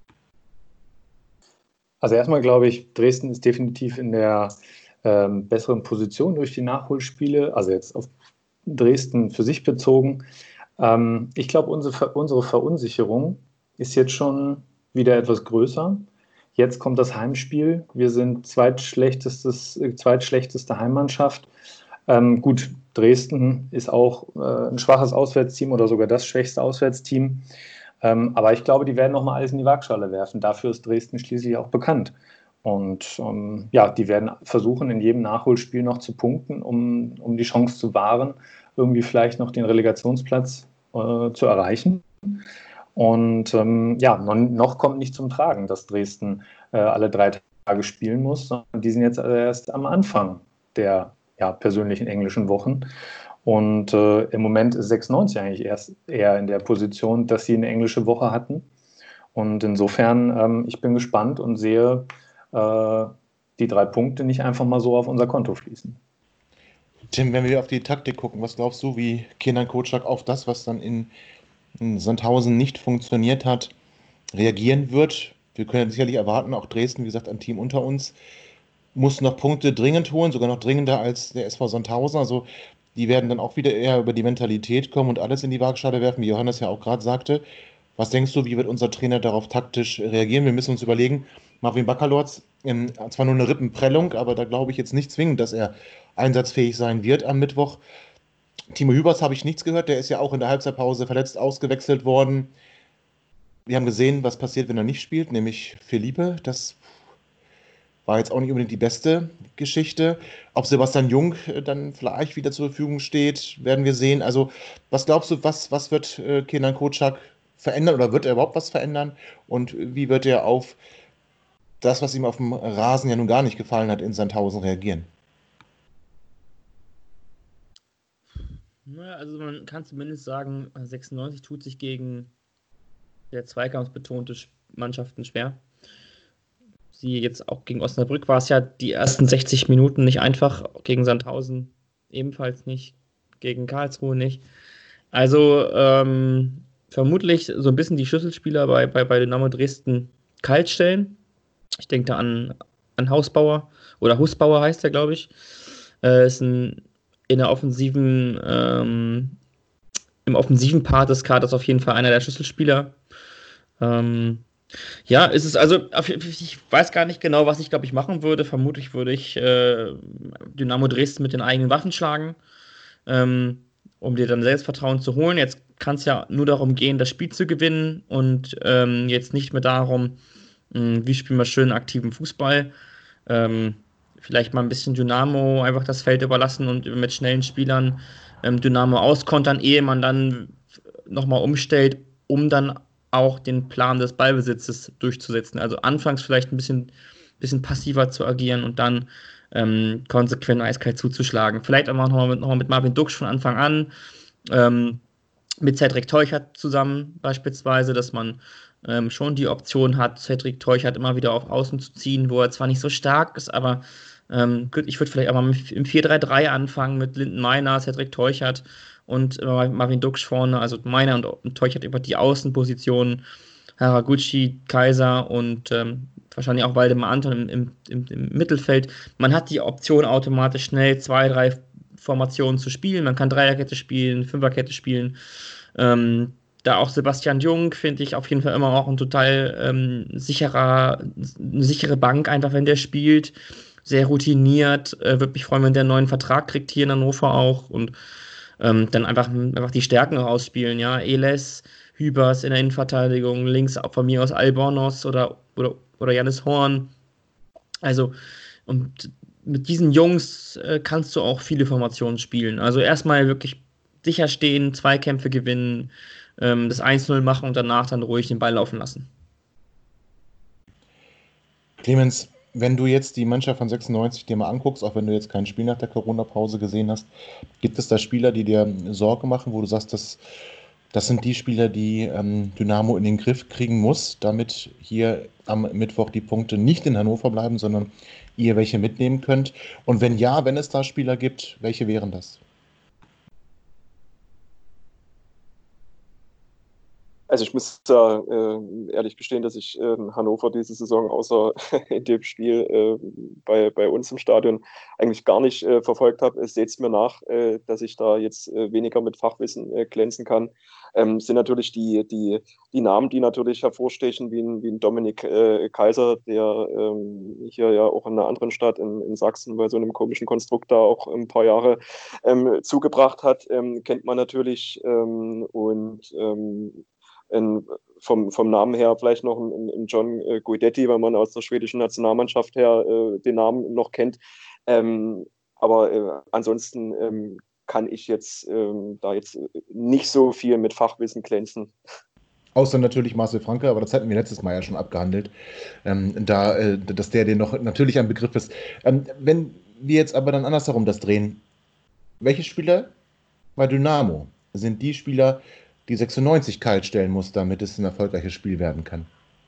Also erstmal glaube ich, Dresden ist definitiv in der besseren Position durch die Nachholspiele, also jetzt auf Dresden für sich bezogen. Ich glaube, unsere Verunsicherung ist jetzt schon wieder etwas größer. Jetzt kommt das Heimspiel. Wir sind zweitschlechteste Heimmannschaft. Gut, Dresden ist auch ein schwaches Auswärtsteam oder sogar das schwächste Auswärtsteam. Aber ich glaube, die werden nochmal alles in die Waagschale werfen. Dafür ist Dresden schließlich auch bekannt. Und die werden versuchen, in jedem Nachholspiel noch zu punkten, um die Chance zu wahren, irgendwie vielleicht noch den Relegationsplatz zu erreichen. Und noch kommt nicht zum Tragen, dass Dresden alle 3 Tage spielen muss, sondern die sind jetzt erst am Anfang der persönlichen englischen Wochen. Und im Moment ist 96 eigentlich erst eher in der Position, dass sie eine englische Woche hatten. Und insofern, ich bin gespannt und sehe die 3 Punkte nicht einfach mal so auf unser Konto fließen. Tim, wenn wir auf die Taktik gucken, was glaubst du, wie Kenan Kocak auf das, was dann in Sandhausen nicht funktioniert hat, reagieren wird? Wir können sicherlich erwarten, auch Dresden, wie gesagt, ein Team unter uns, muss noch Punkte dringend holen, sogar noch dringender als der SV Sandhausen. Also die werden dann auch wieder eher über die Mentalität kommen und alles in die Waagschale werfen, wie Johannes ja auch gerade sagte. Was denkst du, wie wird unser Trainer darauf taktisch reagieren? Wir müssen uns überlegen, Marvin Baccalords, zwar nur eine Rippenprellung, aber da glaube ich jetzt nicht zwingend, dass er einsatzfähig sein wird am Mittwoch. Timo Hübers habe ich nichts gehört, der ist ja auch in der Halbzeitpause verletzt ausgewechselt worden. Wir haben gesehen, was passiert, wenn er nicht spielt, nämlich Felipe. Das war jetzt auch nicht unbedingt die beste Geschichte. Ob Sebastian Jung dann vielleicht wieder zur Verfügung steht, werden wir sehen. Also was glaubst du, was wird Kenan Kocak verändern oder wird er überhaupt was verändern? Und wie wird er auf das, was ihm auf dem Rasen ja nun gar nicht gefallen hat, in Sandhausen reagieren? Naja, also man kann zumindest sagen, 96 tut sich gegen der zweikampfbetonte Mannschaften schwer. Sie jetzt auch gegen Osnabrück war es ja die ersten 60 Minuten nicht einfach, gegen Sandhausen ebenfalls nicht, gegen Karlsruhe nicht. Also vermutlich so ein bisschen die Schlüsselspieler bei Dynamo Dresden kalt stellen. Ich denke da an Hausbauer oder Husbauer heißt er, glaube ich. Ist in der offensiven, im offensiven Part des Kaders auf jeden Fall einer der Schlüsselspieler. Ist es also, ich weiß gar nicht genau, was ich glaube ich machen würde. Vermutlich würde ich Dynamo Dresden mit den eigenen Waffen schlagen, um dir dann Selbstvertrauen zu holen. Jetzt kann es ja nur darum gehen, das Spiel zu gewinnen und jetzt nicht mehr darum, wie spielen wir schön aktiven Fußball. Vielleicht mal ein bisschen Dynamo einfach das Feld überlassen und mit schnellen Spielern Dynamo auskontern, ehe man dann nochmal umstellt, um dann auch den Plan des Ballbesitzes durchzusetzen. Also anfangs vielleicht ein bisschen passiver zu agieren und dann konsequent eiskalt zuzuschlagen. Vielleicht auch nochmal mit Marvin Duksch von Anfang an, mit Cedric Teuchert zusammen beispielsweise, dass man schon die Option hat, Cedric Teuchert immer wieder auf Außen zu ziehen, wo er zwar nicht so stark ist, aber ich würde vielleicht auch mal im 4-3-3 anfangen mit Linden Meiner, Cedric Teuchert und Marvin Duksch vorne, also Meiner und Teuchert über die Außenpositionen, Haraguchi, Kaiser und wahrscheinlich auch Waldemar Anton im Mittelfeld. Man hat die Option automatisch schnell 2-3 Formationen zu spielen. Man kann Dreierkette spielen, Fünferkette spielen. Da auch Sebastian Jung finde ich auf jeden Fall immer auch ein total eine sichere Bank, einfach wenn der spielt. Sehr routiniert. Würde mich freuen, wenn der einen neuen Vertrag kriegt hier in Hannover auch und dann einfach die Stärken ausspielen. Ja, Eles, Hübers in der Innenverteidigung, links von mir aus Albornoz oder Jannis Horn. Also, und mit diesen Jungs kannst du auch viele Formationen spielen. Also erstmal wirklich sicher stehen, Zweikämpfe gewinnen, das 1-0 machen und danach dann ruhig den Ball laufen lassen. Clemens, Wenn du jetzt die Mannschaft von 96 dir mal anguckst, auch wenn du jetzt kein Spiel nach der Corona-Pause gesehen hast, gibt es da Spieler, die dir Sorge machen, wo du sagst, das sind die Spieler, die Dynamo in den Griff kriegen muss, damit hier am Mittwoch die Punkte nicht in Hannover bleiben, sondern ihr welche mitnehmen könnt? Und wenn ja, wenn es da Spieler gibt, welche wären das? Also ich muss da ehrlich gestehen, dass ich Hannover diese Saison außer in dem Spiel bei uns im Stadion eigentlich gar nicht verfolgt habe. Seht es mir nach, dass ich da jetzt weniger mit Fachwissen glänzen kann. Sind natürlich die Namen, die natürlich hervorstechen, wie ein Dominik Kaiser, der hier ja auch in einer anderen Stadt in Sachsen bei so einem komischen Konstrukt da auch ein paar Jahre zugebracht hat, kennt man natürlich vom Namen her vielleicht noch ein John Guidetti, weil man aus der schwedischen Nationalmannschaft her den Namen noch kennt. Aber ansonsten kann ich jetzt da jetzt nicht so viel mit Fachwissen glänzen. Außer natürlich Marcel Franke, aber das hatten wir letztes Mal ja schon abgehandelt, dass der noch natürlich ein Begriff ist. Wenn wir jetzt aber dann andersherum das drehen, welche Spieler bei Dynamo sind die Spieler, die 96 kalt stellen muss, damit es ein erfolgreiches Spiel werden kann?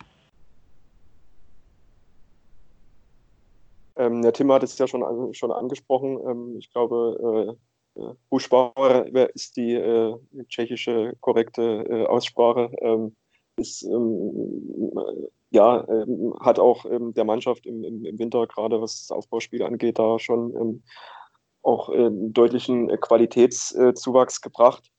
Der Tim hat es ja schon angesprochen. Ich glaube, Buschbauer ist die tschechische korrekte Aussprache. Hat auch der Mannschaft im Winter, gerade was das Aufbauspiel angeht, da schon auch deutlichen Qualitätszuwachs gebracht.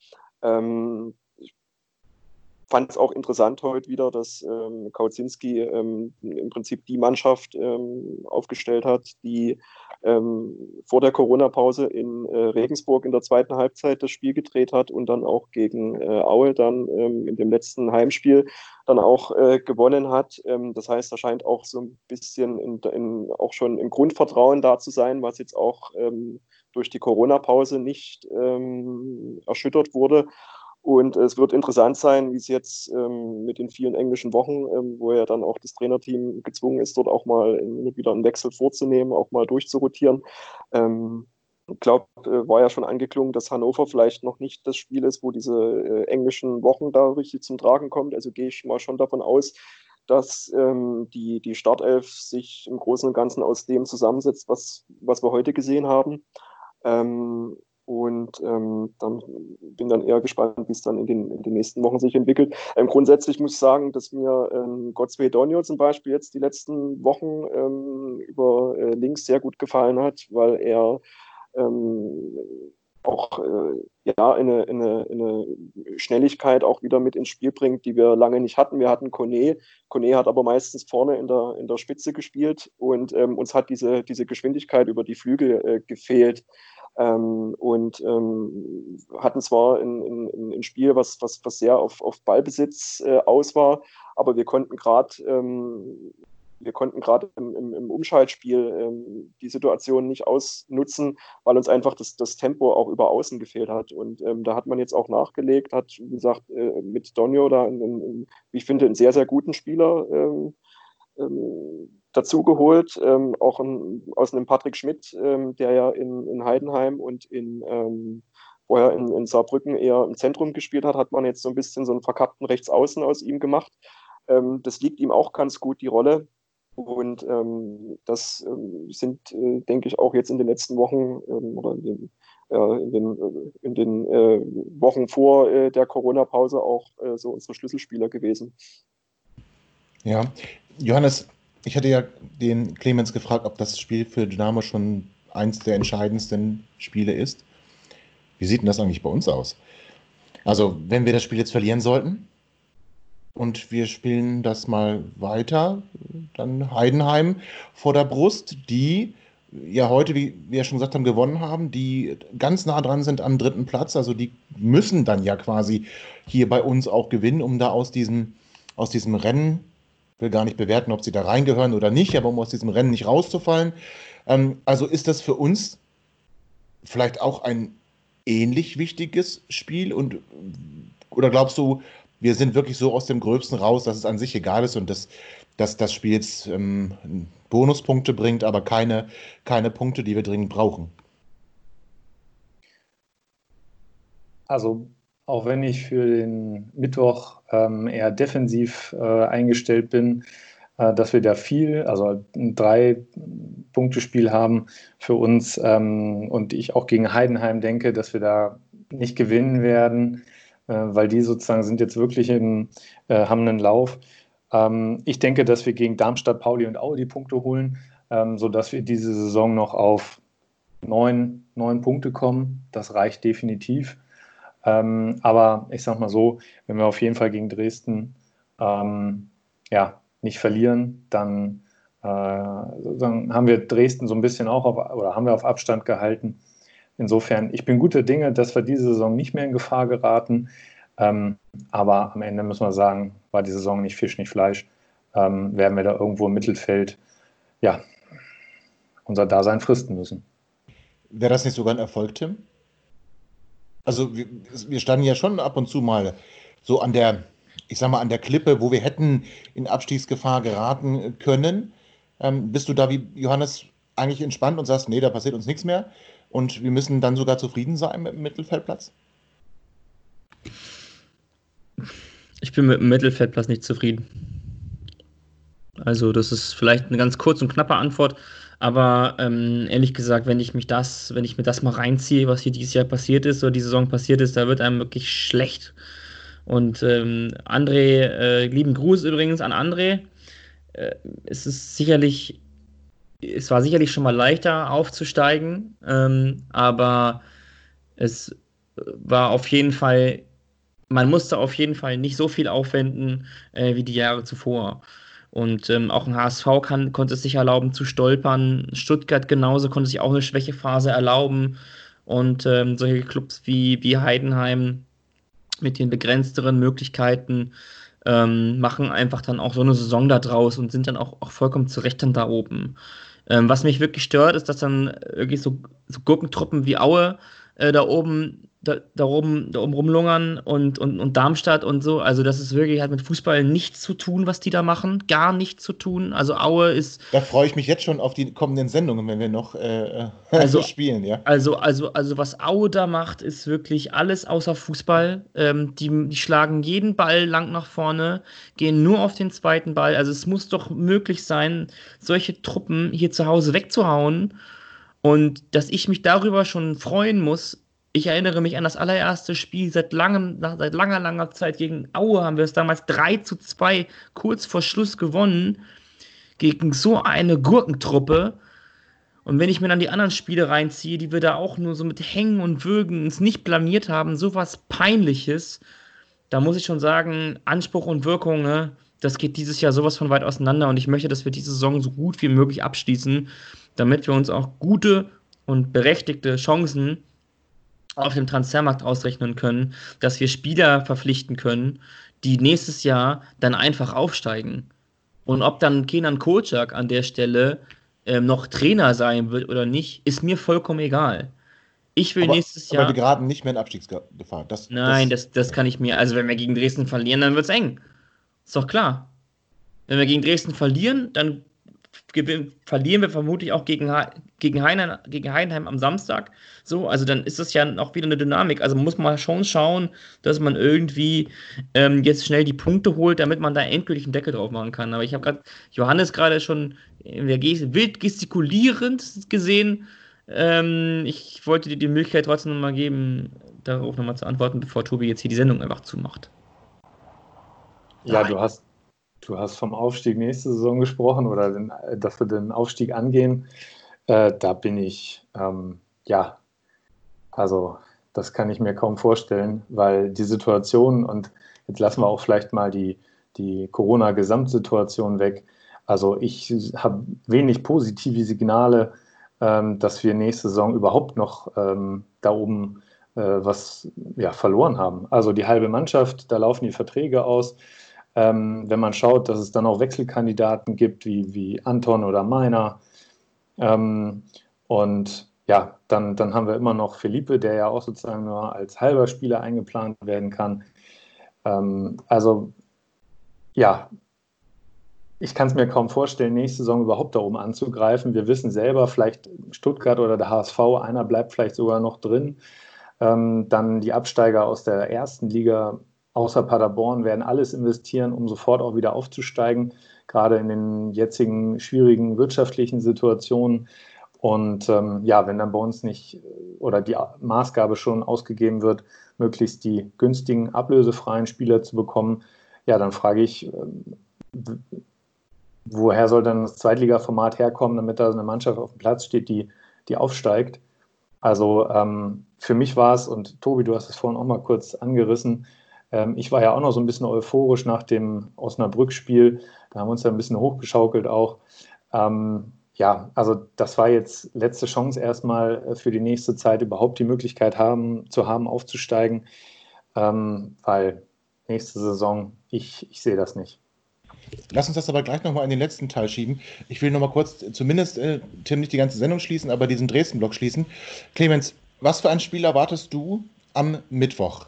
Ich fand es auch interessant heute wieder, dass Kautzinski im Prinzip die Mannschaft aufgestellt hat, die vor der Corona-Pause in Regensburg in der zweiten Halbzeit das Spiel gedreht hat und dann auch gegen Aue dann in dem letzten Heimspiel dann auch gewonnen hat. Das heißt, da scheint auch so ein bisschen auch schon im Grundvertrauen da zu sein, was jetzt auch durch die Corona-Pause nicht erschüttert wurde. Und es wird interessant sein, wie es jetzt mit den vielen englischen Wochen, wo ja dann auch das Trainerteam gezwungen ist, dort auch mal wieder einen Wechsel vorzunehmen, auch mal durchzurotieren. Ich glaube, war ja schon angeklungen, dass Hannover vielleicht noch nicht das Spiel ist, wo diese englischen Wochen da richtig zum Tragen kommt. Also gehe ich mal schon davon aus, dass die Startelf sich im Großen und Ganzen aus dem zusammensetzt, was wir heute gesehen haben. Dann bin dann eher gespannt, wie es dann in den nächsten Wochen sich entwickelt. Grundsätzlich muss ich sagen, dass mir Godfrey Donio zum Beispiel jetzt die letzten Wochen über links sehr gut gefallen hat, weil er auch eine Schnelligkeit auch wieder mit ins Spiel bringt, die wir lange nicht hatten. Wir hatten Kone. Kone hat aber meistens vorne in der Spitze gespielt und uns hat diese Geschwindigkeit über die Flügel gefehlt. Hatten zwar ein Spiel, was sehr auf Ballbesitz aus war, aber wir konnten gerade im Umschaltspiel die Situation nicht ausnutzen, weil uns einfach das Tempo auch über außen gefehlt hat. Und da hat man jetzt auch nachgelegt, hat, wie gesagt, mit Donio da, wie ich finde, einen sehr, sehr guten Spieler dazu geholt, auch aus einem Patrick Schmidt, der ja in Heidenheim und vorher in Saarbrücken eher im Zentrum gespielt hat man jetzt so ein bisschen so einen verkappten Rechtsaußen aus ihm gemacht. Das liegt ihm auch ganz gut, die Rolle. Und das sind, denke ich, auch jetzt in den letzten Wochen oder in den Wochen vor der Corona-Pause auch so unsere Schlüsselspieler gewesen. Ja, Johannes, ich hatte ja den Clemens gefragt, ob das Spiel für Dynamo schon eins der entscheidendsten Spiele ist. Wie sieht denn das eigentlich bei uns aus? Also, wenn wir das Spiel jetzt verlieren sollten und wir spielen das mal weiter, dann Heidenheim vor der Brust, die ja heute, wie wir ja schon gesagt haben, gewonnen haben, die ganz nah dran sind am 3. Platz. Also die müssen dann ja quasi hier bei uns auch gewinnen, um da aus diesem Rennen, will gar nicht bewerten, ob sie da reingehören oder nicht, aber um aus diesem Rennen nicht rauszufallen. Also ist das für uns vielleicht auch ein ähnlich wichtiges Spiel oder glaubst du, wir sind wirklich so aus dem Gröbsten raus, dass es an sich egal ist und dass das Spiel jetzt Bonuspunkte bringt, aber keine Punkte, die wir dringend brauchen. Also auch wenn ich für den Mittwoch eher defensiv eingestellt bin, dass wir da also ein 3-Punkte-Spiel haben für uns und ich auch gegen Heidenheim denke, dass wir da nicht gewinnen werden, weil die sozusagen sind jetzt wirklich haben einen Lauf. Ich denke, dass wir gegen Darmstadt, Pauli und Aue die Punkte holen, sodass wir diese Saison noch auf 9 Punkte kommen. Das reicht definitiv. Aber ich sag mal so, wenn wir auf jeden Fall gegen Dresden nicht verlieren, dann haben wir Dresden so ein bisschen haben wir auf Abstand gehalten. Insofern, ich bin guter Dinge, dass wir diese Saison nicht mehr in Gefahr geraten. Aber am Ende müssen wir sagen, war die Saison nicht Fisch, nicht Fleisch. Werden wir da irgendwo im Mittelfeld unser Dasein fristen müssen. Wäre das nicht sogar ein Erfolg, Tim? Also wir standen ja schon ab und zu mal so an der Klippe, wo wir hätten in Abstiegsgefahr geraten können. Bist du da wie Johannes eigentlich entspannt und sagst, nee, da passiert uns nichts mehr und wir müssen dann sogar zufrieden sein mit dem Mittelfeldplatz? Ich bin mit dem Mittelfeldplatz nicht zufrieden. Also das ist vielleicht eine ganz kurze und knappe Antwort, aber ehrlich gesagt, wenn ich mir das mal reinziehe, was hier dieses Jahr passiert ist oder die Saison passiert ist, da wird einem wirklich schlecht. Und André, lieben Gruß übrigens an André. Es war sicherlich schon mal leichter aufzusteigen, aber es war auf jeden Fall, man musste auf jeden Fall nicht so viel aufwenden wie die Jahre zuvor. Und auch ein HSV konnte es sich erlauben zu stolpern. Stuttgart genauso konnte sich auch eine Schwächephase erlauben. Und solche Clubs wie Heidenheim mit den begrenzteren Möglichkeiten machen einfach dann auch so eine Saison da draus und sind dann auch vollkommen zu Recht dann da oben. Was mich wirklich stört, ist, dass dann wirklich so Gurkentruppen wie Aue da oben rumlungern und Darmstadt und so. Also das ist wirklich, hat mit Fußball nichts zu tun, was die da machen. Gar nichts zu tun. Also Aue ist... Da freue ich mich jetzt schon auf die kommenden Sendungen, wenn wir noch so spielen, ja. Also was Aue da macht, ist wirklich alles außer Fußball. Die schlagen jeden Ball lang nach vorne, gehen nur auf den zweiten Ball. Also es muss doch möglich sein, solche Truppen hier zu Hause wegzuhauen. Und dass ich mich darüber schon freuen muss. Ich erinnere mich an das allererste Spiel seit langer Zeit gegen Aue, haben wir es damals 3-2 kurz vor Schluss gewonnen, gegen so eine Gurkentruppe. Und wenn ich mir dann die anderen Spiele reinziehe, die wir da auch nur so mit Hängen und Würgen uns nicht blamiert haben, sowas Peinliches, da muss ich schon sagen, Anspruch und Wirkung, ne, das geht dieses Jahr sowas von weit auseinander und ich möchte, dass wir diese Saison so gut wie möglich abschließen, damit wir uns auch gute und berechtigte Chancen auf dem Transfermarkt ausrechnen können, dass wir Spieler verpflichten können, die nächstes Jahr dann einfach aufsteigen. Und ob dann Kenan Kocak an der Stelle noch Trainer sein wird oder nicht, ist mir vollkommen egal. Ich will nächstes Jahr... Aber wir geraten nicht mehr in Abstiegsgefahr. Das kann ich mir... Also wenn wir gegen Dresden verlieren, dann wird es eng. Ist doch klar. Wenn wir gegen Dresden verlieren, dann verlieren wir vermutlich auch gegen Heidenheim am Samstag. So, also dann ist das ja auch wieder eine Dynamik. Also muss man schon schauen, dass man irgendwie jetzt schnell die Punkte holt, damit man da endgültig einen Deckel drauf machen kann. Aber ich habe Johannes gerade schon wild gestikulierend gesehen. Ich wollte dir die Möglichkeit trotzdem nochmal geben, darauf nochmal zu antworten, bevor Tobi jetzt hier die Sendung einfach zumacht. Ja, du hast vom Aufstieg nächste Saison gesprochen oder dass wir den Aufstieg angehen. Da bin ich, also das kann ich mir kaum vorstellen, weil die Situation, und jetzt lassen wir auch vielleicht mal die Corona-Gesamtsituation weg. Also ich habe wenig positive Signale, dass wir nächste Saison überhaupt noch da oben was verloren haben. Also die halbe Mannschaft, da laufen die Verträge aus. Wenn man schaut, dass es dann auch Wechselkandidaten gibt, wie Anton oder Meiner. Und ja, dann haben wir immer noch Felipe, der ja auch sozusagen nur als halber Spieler eingeplant werden kann. Also ja, Ich kann es mir kaum vorstellen, nächste Saison überhaupt da oben anzugreifen. Wir wissen selber, vielleicht Stuttgart oder der HSV, einer bleibt vielleicht sogar noch drin. Dann die Absteiger aus der ersten Liga, außer Paderborn, werden alles investieren, um sofort auch wieder aufzusteigen, gerade in den jetzigen schwierigen wirtschaftlichen Situationen. Und wenn dann bei uns nicht oder die Maßgabe schon ausgegeben wird, möglichst die günstigen, ablösefreien Spieler zu bekommen, ja, dann frage ich, woher soll dann das Zweitliga-Format herkommen, damit da eine Mannschaft auf dem Platz steht, die aufsteigt? Also für mich war es, und Tobi, du hast es vorhin auch mal kurz angerissen, ich war ja auch noch so ein bisschen euphorisch nach dem Osnabrück-Spiel. Da haben wir uns ja ein bisschen hochgeschaukelt auch. Also das war jetzt letzte Chance erstmal für die nächste Zeit überhaupt die Möglichkeit zu haben, aufzusteigen, weil nächste Saison, ich sehe das nicht. Lass uns das aber gleich nochmal in den letzten Teil schieben. Ich will nochmal kurz, zumindest, Tim, nicht die ganze Sendung schließen, aber diesen Dresden-Block schließen. Clemens, was für ein Spiel erwartest du am Mittwoch?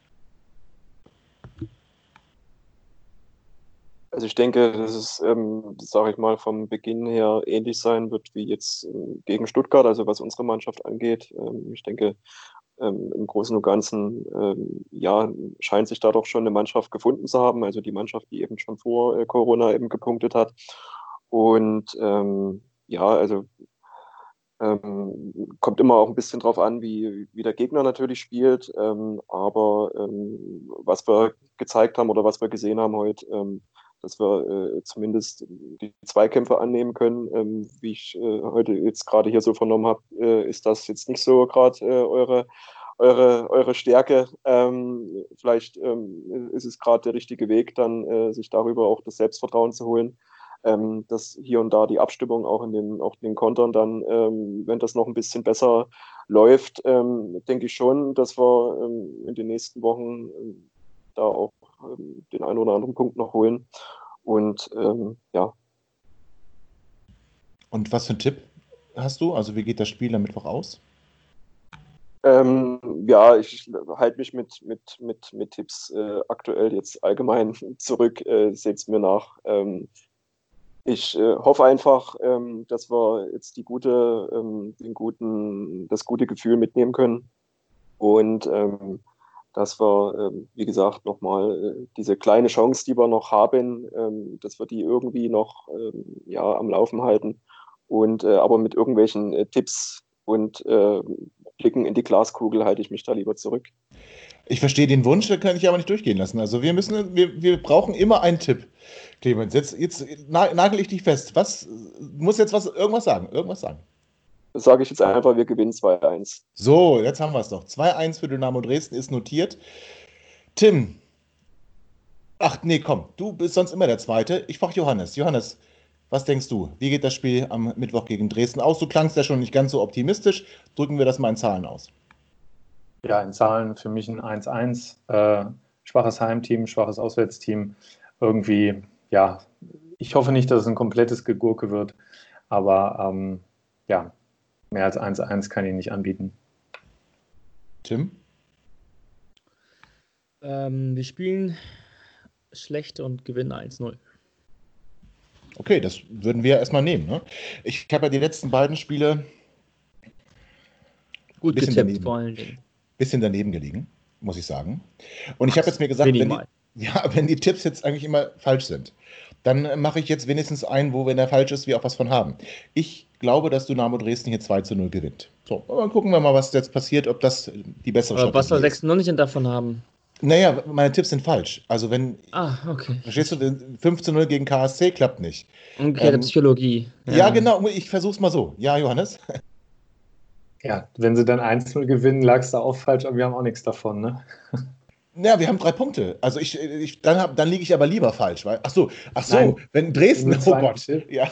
Also ich denke, dass es, sage ich mal, vom Beginn her ähnlich sein wird wie jetzt gegen Stuttgart, also was unsere Mannschaft angeht. Ich denke, im Großen und Ganzen scheint sich da doch schon eine Mannschaft gefunden zu haben, also die Mannschaft, die eben schon vor Corona eben gepunktet hat. Und kommt immer auch ein bisschen drauf an, wie der Gegner natürlich spielt. Aber was wir gezeigt haben oder was wir gesehen haben heute, dass wir zumindest die Zweikämpfe annehmen können. Wie ich heute jetzt gerade hier so vernommen habe, ist das jetzt nicht so gerade eure Stärke. Vielleicht ist es gerade der richtige Weg, dann sich darüber auch das Selbstvertrauen zu holen. Dass hier und da die Abstimmung auch in den Kontern dann, wenn das noch ein bisschen besser läuft, denke ich schon, dass wir in den nächsten Wochen da auch den einen oder anderen Punkt noch holen. Und ja. Und was für einen Tipp hast du? Also wie geht das Spiel am Mittwoch aus? Ich halte mich mit Tipps aktuell jetzt allgemein zurück, seht es mir nach. Ich hoffe einfach, dass wir jetzt das gute Gefühl mitnehmen können und dass wir, wie gesagt, nochmal diese kleine Chance, die wir noch haben, dass wir die irgendwie noch am Laufen halten und aber mit irgendwelchen Tipps und Blicken in die Glaskugel halte ich mich da lieber zurück. Ich verstehe den Wunsch, da kann ich aber nicht durchgehen lassen. Also wir brauchen immer einen Tipp. Clemens, jetzt nagel ich dich fest. Du musst jetzt irgendwas sagen. Das sage ich jetzt einfach, wir gewinnen 2-1. So, jetzt haben wir es doch. 2-1 für Dynamo Dresden ist notiert. Tim. Ach nee, komm, du bist sonst immer der Zweite. Ich frage Johannes. Johannes, was denkst du? Wie geht das Spiel am Mittwoch gegen Dresden aus? Du klangst ja schon nicht ganz so optimistisch. Drücken wir das mal in Zahlen aus. Ja, in Zahlen für mich ein 1-1. Schwaches Heimteam, schwaches Auswärtsteam. Irgendwie, ja, ich hoffe nicht, dass es ein komplettes Gegurke wird. Aber mehr als 1-1 kann ich nicht anbieten. Tim? Wir spielen schlecht und gewinnen 1-0. Okay, das würden wir erstmal nehmen. Ne? Ich habe ja die letzten beiden Spiele gut getippt, vor allen Dingen. Bisschen daneben gelegen, muss ich sagen. Und ich habe jetzt mir gesagt, wenn die Tipps jetzt eigentlich immer falsch sind, dann mache ich jetzt wenigstens einen, wo, wenn er falsch ist, wir auch was von haben. Ich glaube, dass Dynamo Dresden hier 2-0 gewinnt. So, dann gucken wir mal, was jetzt passiert, ob das die bessere Strategie ist. Was soll 6 noch nicht davon haben? Naja, meine Tipps sind falsch. Also wenn, okay. Verstehst du, 5-0 gegen KSC klappt nicht. Okay, Psychologie. Ja, genau, ich versuch's mal so. Ja, Johannes? Ja, wenn sie dann 1-0 gewinnen, lag es da auch falsch, aber wir haben auch nichts davon, ne? Ja, wir haben 3 Punkte. Also dann liege ich aber lieber falsch. Ach so, Nein, wenn Dresden, oh Gott.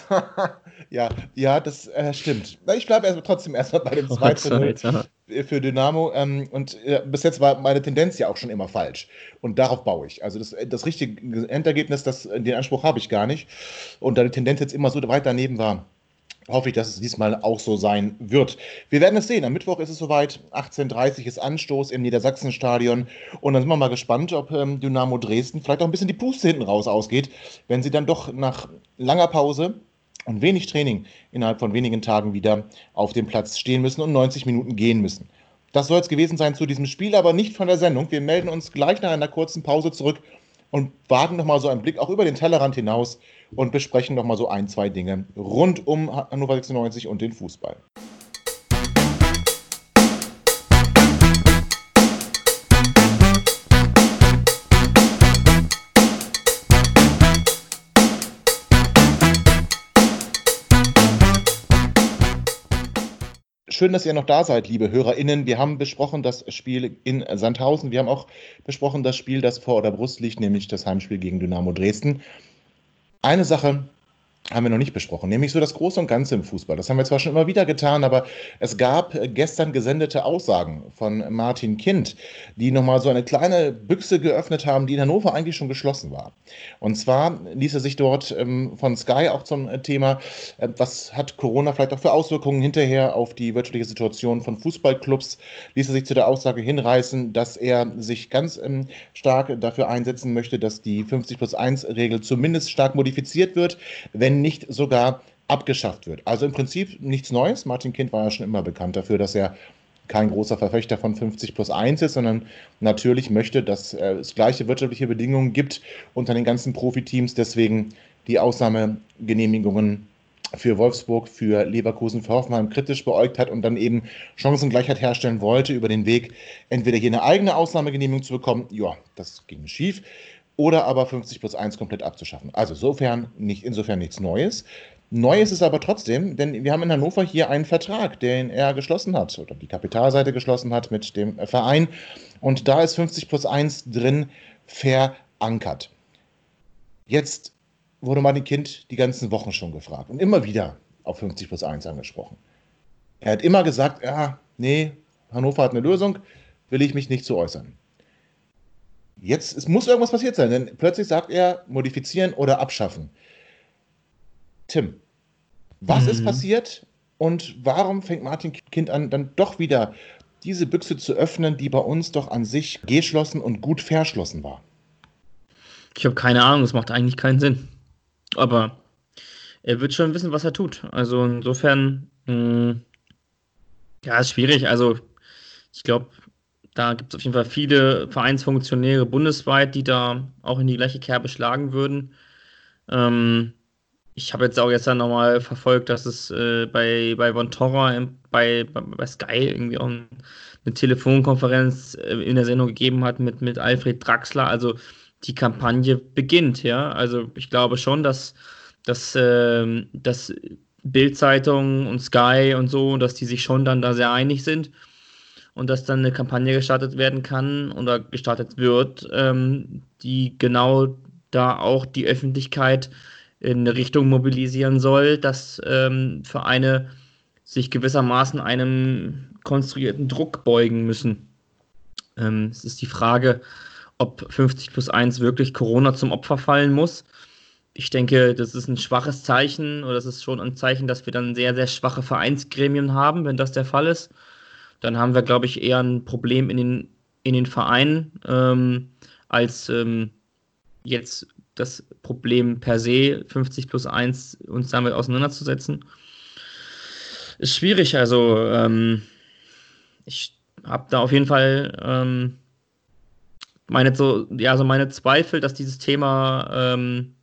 Ja, das stimmt. Ich bleibe trotzdem erstmal bei dem 2-0 für Dynamo. Und bis jetzt war meine Tendenz ja auch schon immer falsch. Und darauf baue ich. Also das richtige Endergebnis, den Anspruch habe ich gar nicht. Und da die Tendenz jetzt immer so weit daneben war, hoffe ich, dass es diesmal auch so sein wird. Wir werden es sehen. Am Mittwoch ist es soweit. 18:30 Uhr ist Anstoß im Niedersachsenstadion. Und dann sind wir mal gespannt, ob Dynamo Dresden vielleicht auch ein bisschen die Puste hinten raus ausgeht, wenn sie dann doch nach langer Pause und wenig Training innerhalb von wenigen Tagen wieder auf dem Platz stehen müssen und 90 Minuten gehen müssen. Das soll es gewesen sein zu diesem Spiel, aber nicht von der Sendung. Wir melden uns gleich nach einer kurzen Pause zurück und wagen nochmal so einen Blick auch über den Tellerrand hinaus und besprechen nochmal so ein, zwei Dinge rund um Hannover 96 und den Fußball. Schön, dass ihr noch da seid, liebe HörerInnen. Wir haben besprochen das Spiel in Sandhausen. Wir haben auch besprochen das Spiel, das vor der Brust liegt, nämlich das Heimspiel gegen Dynamo Dresden. Eine Sache haben wir noch nicht besprochen, nämlich so das Große und Ganze im Fußball. Das haben wir zwar schon immer wieder getan, aber es gab gestern gesendete Aussagen von Martin Kind, die nochmal so eine kleine Büchse geöffnet haben, die in Hannover eigentlich schon geschlossen war. Und zwar ließ er sich dort von Sky auch zum Thema, was hat Corona vielleicht auch für Auswirkungen hinterher auf die wirtschaftliche Situation von Fußballclubs, ließ er sich zu der Aussage hinreißen, dass er sich ganz stark dafür einsetzen möchte, dass die 50+1-Regel zumindest stark modifiziert wird, wenn nicht sogar abgeschafft wird. Also im Prinzip nichts Neues. Martin Kind war ja schon immer bekannt dafür, dass er kein großer Verfechter von 50+1 ist, sondern natürlich möchte, dass es gleiche wirtschaftliche Bedingungen gibt unter den ganzen Profiteams. Deswegen die Ausnahmegenehmigungen für Wolfsburg, für Leverkusen, für Hoffenheim kritisch beäugt hat und dann eben Chancengleichheit herstellen wollte über den Weg, entweder hier eine eigene Ausnahmegenehmigung zu bekommen, ja, das ging schief, oder aber 50+1 komplett abzuschaffen. Also insofern nichts Neues. Neu ist es aber trotzdem, denn wir haben in Hannover hier einen Vertrag, den er geschlossen hat, oder die Kapitalseite geschlossen hat mit dem Verein. Und da ist 50+1 drin verankert. Jetzt wurde Martin Kind die ganzen Wochen schon gefragt und immer wieder auf 50+1 angesprochen. Er hat immer gesagt, ja, nee, Hannover hat eine Lösung, will ich mich nicht zu äußern. Jetzt, es muss irgendwas passiert sein, denn plötzlich sagt er, modifizieren oder abschaffen. Tim, was ist passiert und warum fängt Martin Kind an, dann doch wieder diese Büchse zu öffnen, die bei uns doch an sich geschlossen und gut verschlossen war? Ich habe keine Ahnung, es macht eigentlich keinen Sinn. Aber er wird schon wissen, was er tut. Also insofern, ja, ist schwierig. Also ich glaube, da gibt es auf jeden Fall viele Vereinsfunktionäre bundesweit, die da auch in die gleiche Kerbe schlagen würden. Ich habe jetzt auch gestern nochmal verfolgt, dass es bei Von Torra bei Sky irgendwie auch eine Telefonkonferenz in der Sendung gegeben hat mit Alfred Draxler. Also die Kampagne beginnt, ja. Also ich glaube schon, dass Bild-Zeitung und Sky und so, dass die sich schon dann da sehr einig sind. Und dass dann eine Kampagne gestartet werden kann oder gestartet wird, die genau da auch die Öffentlichkeit in eine Richtung mobilisieren soll, dass Vereine sich gewissermaßen einem konstruierten Druck beugen müssen. Es ist die Frage, ob 50+1 wirklich Corona zum Opfer fallen muss. Ich denke, das ist ein schwaches Zeichen oder das ist schon ein Zeichen, dass wir dann sehr, sehr schwache Vereinsgremien haben, wenn das der Fall ist. Dann haben wir, glaube ich, eher ein Problem in den Vereinen, als jetzt das Problem per se, 50+1, uns damit auseinanderzusetzen. Ist schwierig, also ich habe da auf jeden Fall meine Zweifel, dass dieses Thema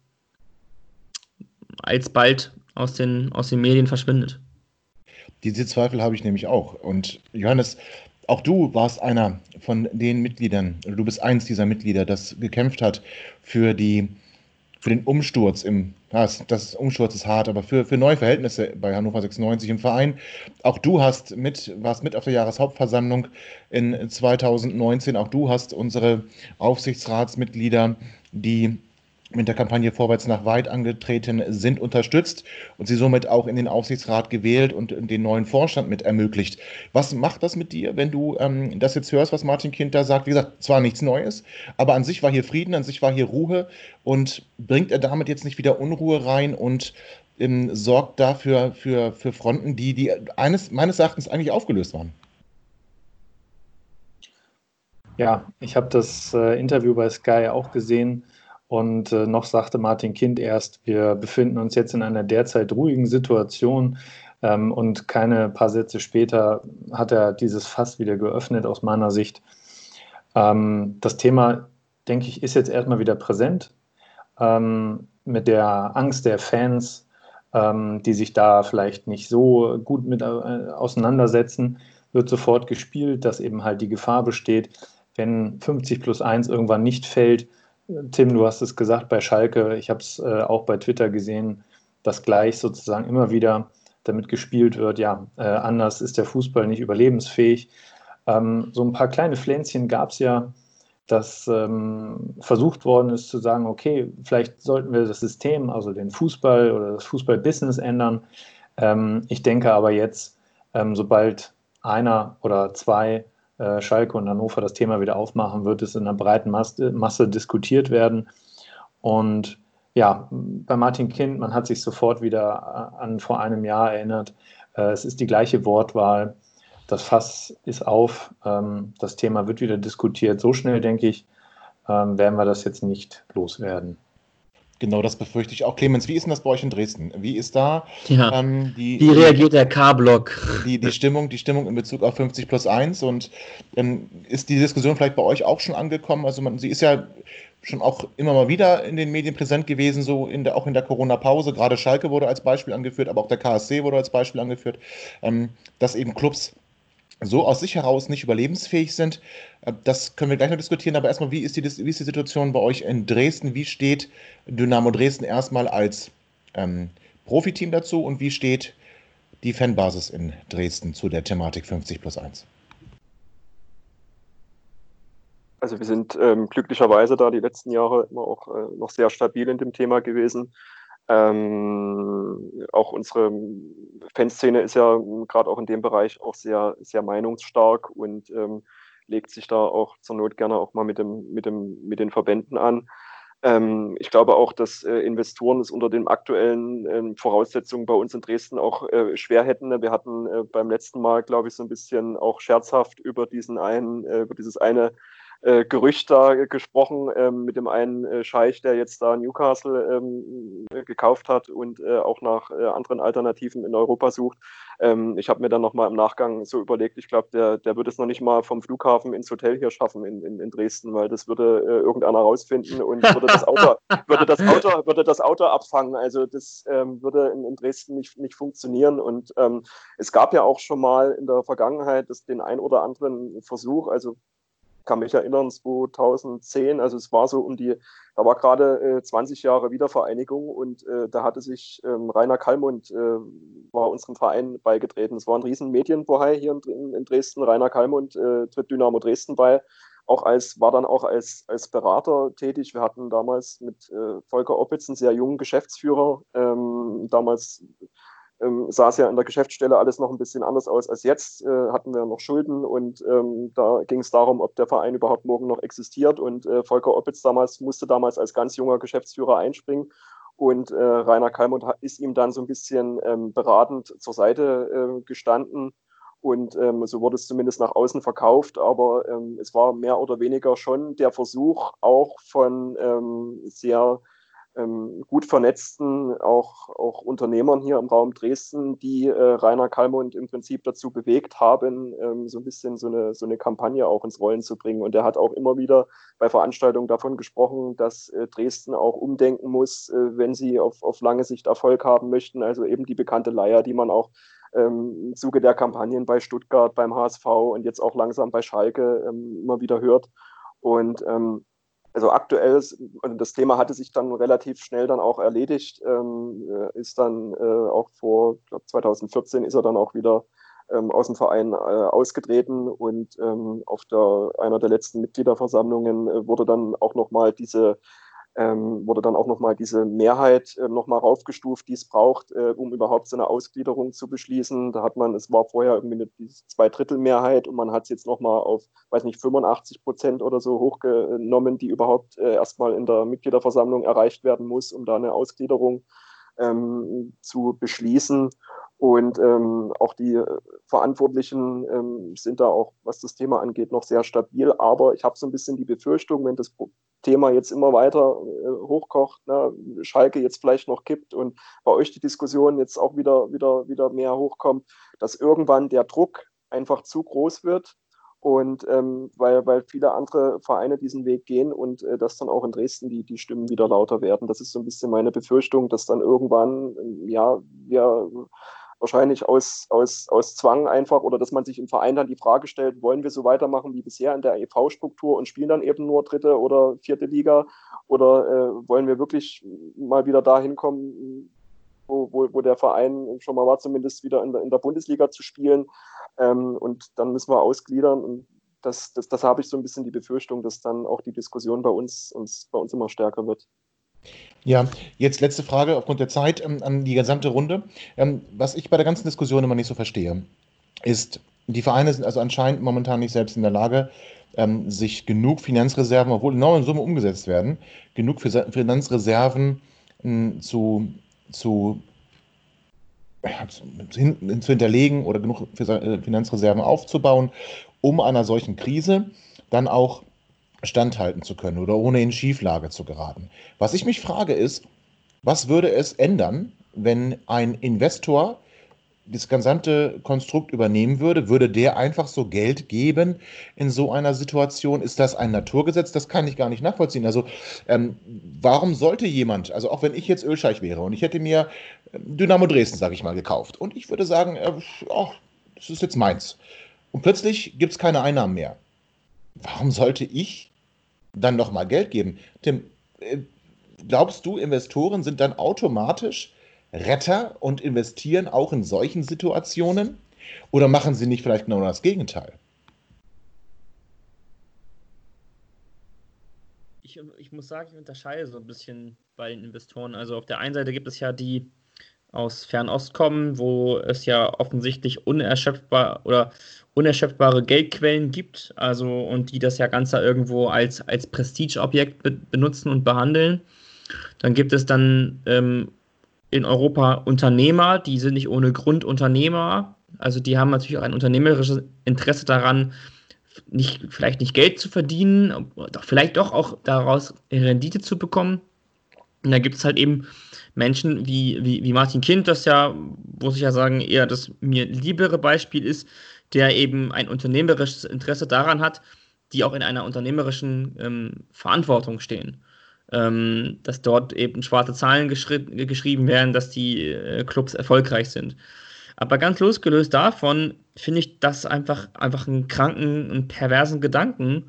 alsbald aus den Medien verschwindet. Diese Zweifel habe ich nämlich auch. Und Johannes, auch du warst einer von den Mitgliedern, oder du bist eins dieser Mitglieder, das gekämpft hat für den Umsturz das Umsturz ist hart, aber für neue Verhältnisse bei Hannover 96 im Verein. Auch du warst mit auf der Jahreshauptversammlung in 2019. Auch du hast unsere Aufsichtsratsmitglieder, die mit der Kampagne Vorwärts nach Weit angetreten sind, unterstützt und sie somit auch in den Aufsichtsrat gewählt und den neuen Vorstand mit ermöglicht. Was macht das mit dir, wenn du das jetzt hörst, was Martin Kind da sagt? Wie gesagt, zwar nichts Neues, aber an sich war hier Frieden, an sich war hier Ruhe und bringt er damit jetzt nicht wieder Unruhe rein und sorgt dafür für Fronten, die meines Erachtens eigentlich aufgelöst waren. Ja, ich habe das Interview bei Sky auch gesehen und noch sagte Martin Kind erst, wir befinden uns jetzt in einer derzeit ruhigen Situation und keine paar Sätze später hat er dieses Fass wieder geöffnet aus meiner Sicht. Das Thema, denke ich, ist jetzt erstmal wieder präsent mit der Angst der Fans, die sich da vielleicht nicht so gut mit auseinandersetzen, wird sofort gespielt, dass eben halt die Gefahr besteht, wenn 50+1 irgendwann nicht fällt. Tim, du hast es gesagt bei Schalke, ich habe es auch bei Twitter gesehen, dass gleich sozusagen immer wieder damit gespielt wird, ja, anders ist der Fußball nicht überlebensfähig. So ein paar kleine Pflänzchen gab es ja, dass versucht worden ist zu sagen, okay, vielleicht sollten wir das System, also den Fußball oder das Fußball-Business ändern. Ich denke aber jetzt, sobald einer oder zwei Schalke und Hannover das Thema wieder aufmachen, wird es in einer breiten Masse diskutiert werden. Und ja, bei Martin Kind, man hat sich sofort wieder an vor einem Jahr erinnert. Es ist die gleiche Wortwahl. Das Fass ist auf. Das Thema wird wieder diskutiert. So schnell, denke ich, werden wir das jetzt nicht loswerden. Genau, das befürchte ich auch. Clemens, wie ist denn das bei euch in Dresden? Wie ist da wie reagiert der K-Block? Die Stimmung in Bezug auf 50+1 und ist die Diskussion vielleicht bei euch auch schon angekommen? Also sie ist ja schon auch immer mal wieder in den Medien präsent gewesen, so auch in der Corona-Pause. Gerade Schalke wurde als Beispiel angeführt, aber auch der KSC wurde als Beispiel angeführt, dass eben Clubs so aus sich heraus nicht überlebensfähig sind. Das können wir gleich noch diskutieren, aber erstmal, wie ist die Situation bei euch in Dresden? Wie steht Dynamo Dresden erstmal als Profiteam dazu und wie steht die Fanbasis in Dresden zu der Thematik 50+1? Also wir sind glücklicherweise da die letzten Jahre immer auch noch sehr stabil in dem Thema gewesen. Auch unsere Fanszene ist ja gerade auch in dem Bereich auch sehr, sehr meinungsstark und legt sich da auch zur Not gerne auch mal mit den Verbänden an. Ich glaube auch, dass Investoren es unter den aktuellen Voraussetzungen bei uns in Dresden auch schwer hätten. Wir hatten beim letzten Mal, glaube ich, so ein bisschen auch scherzhaft über dieses eine Gerücht da gesprochen mit dem einen Scheich, der jetzt da Newcastle gekauft hat und auch nach anderen Alternativen in Europa sucht. Ich habe mir dann nochmal im Nachgang so überlegt, ich glaube, der würde es noch nicht mal vom Flughafen ins Hotel hier schaffen in Dresden, weil das würde irgendeiner rausfinden und würde das Auto abfangen. Also das würde in Dresden nicht funktionieren. Und es gab ja auch schon mal in der Vergangenheit den ein oder anderen Versuch, also kann mich erinnern, 2010, also es war so da war gerade 20 Jahre Wiedervereinigung und da hatte sich Rainer Kallmund, war unserem Verein beigetreten. Es war ein riesen Medienbohai hier in Dresden. Rainer Kallmund tritt Dynamo Dresden bei, war dann auch als Berater tätig. Wir hatten damals mit Volker Oppitz einen sehr jungen Geschäftsführer, damals sah es ja in der Geschäftsstelle alles noch ein bisschen anders aus als jetzt. Hatten wir noch Schulden und da ging es darum, ob der Verein überhaupt morgen noch existiert. Und Volker Oppitz musste damals als ganz junger Geschäftsführer einspringen. Und Rainer Kallmund ist ihm dann so ein bisschen beratend zur Seite gestanden. Und so wurde es zumindest nach außen verkauft. Aber es war mehr oder weniger schon der Versuch, auch von sehr gut vernetzten auch Unternehmern hier im Raum Dresden, die Rainer Kallmund im Prinzip dazu bewegt haben, so ein bisschen so eine Kampagne auch ins Rollen zu bringen. Und er hat auch immer wieder bei Veranstaltungen davon gesprochen, dass Dresden auch umdenken muss, wenn sie auf lange Sicht Erfolg haben möchten. Also eben die bekannte Leier, die man auch im Zuge der Kampagnen bei Stuttgart, beim HSV und jetzt auch langsam bei Schalke immer wieder hört. Und also aktuell das Thema hatte sich dann relativ schnell dann auch erledigt, ist dann auch vor, ich glaube 2014 ist er dann auch wieder aus dem Verein ausgetreten und auf einer der letzten Mitgliederversammlungen wurde dann auch nochmal diese Mehrheit nochmal raufgestuft, die es braucht, um überhaupt so eine Ausgliederung zu beschließen. Es war vorher irgendwie eine Zweidrittelmehrheit und man hat es jetzt nochmal auf, weiß nicht, 85% oder so hochgenommen, die überhaupt erstmal in der Mitgliederversammlung erreicht werden muss, um da eine Ausgliederung zu beschließen. Und auch die Verantwortlichen sind da auch, was das Thema angeht, noch sehr stabil. Aber ich habe so ein bisschen die Befürchtung, wenn das Thema jetzt immer weiter hochkocht, ne, Schalke jetzt vielleicht noch kippt und bei euch die Diskussion jetzt auch wieder mehr hochkommt, dass irgendwann der Druck einfach zu groß wird. Und weil viele andere Vereine diesen Weg gehen und dass dann auch in Dresden die Stimmen wieder lauter werden. Das ist so ein bisschen meine Befürchtung, dass dann irgendwann, ja, wir wahrscheinlich aus Zwang einfach oder dass man sich im Verein dann die Frage stellt, wollen wir so weitermachen wie bisher in der EV-Struktur und spielen dann eben nur 3. oder 4. Liga oder wollen wir wirklich mal wieder dahin kommen, wo der Verein schon mal war, zumindest wieder in der Bundesliga zu spielen, und dann müssen wir ausgliedern und das habe ich so ein bisschen die Befürchtung, dass dann auch die Diskussion bei uns immer stärker wird. Ja, jetzt letzte Frage aufgrund der Zeit an die gesamte Runde. Was ich bei der ganzen Diskussion immer nicht so verstehe, ist, die Vereine sind also anscheinend momentan nicht selbst in der Lage, sich genug Finanzreserven, obwohl enorme Summen umgesetzt werden, genug Finanzreserven zu hinterlegen oder genug Finanzreserven aufzubauen, um einer solchen Krise dann auch standhalten zu können oder ohne in Schieflage zu geraten. Was ich mich frage ist, was würde es ändern, wenn ein Investor das gesamte Konstrukt übernehmen würde? Würde der einfach so Geld geben in so einer Situation? Ist das ein Naturgesetz? Das kann ich gar nicht nachvollziehen. Also warum sollte jemand, also auch wenn ich jetzt Ölscheich wäre und ich hätte mir Dynamo Dresden, sage ich mal, gekauft und ich würde sagen, das ist jetzt meins. Und plötzlich gibt es keine Einnahmen mehr. Warum sollte ich dann nochmal Geld geben? Tim, glaubst du, Investoren sind dann automatisch Retter und investieren auch in solchen Situationen? Oder machen sie nicht vielleicht genau das Gegenteil? Ich muss sagen, ich unterscheide so ein bisschen bei den Investoren. Also auf der einen Seite gibt es ja die aus Fernost kommen, wo es ja offensichtlich unerschöpfbare Geldquellen gibt, also und die das ja Ganze irgendwo als Prestigeobjekt benutzen und behandeln. Dann gibt es dann in Europa Unternehmer, die sind nicht ohne Grund Unternehmer, also die haben natürlich auch ein unternehmerisches Interesse daran, vielleicht nicht Geld zu verdienen, vielleicht doch auch daraus Rendite zu bekommen. Und da gibt es halt eben Menschen wie Martin Kind, das ja, muss ich ja sagen, eher das mir liebere Beispiel ist, der eben ein unternehmerisches Interesse daran hat, die auch in einer unternehmerischen Verantwortung stehen. Dass dort eben schwarze Zahlen geschrieben werden, dass die Clubs erfolgreich sind. Aber ganz losgelöst davon finde ich das einfach einen kranken und perversen Gedanken,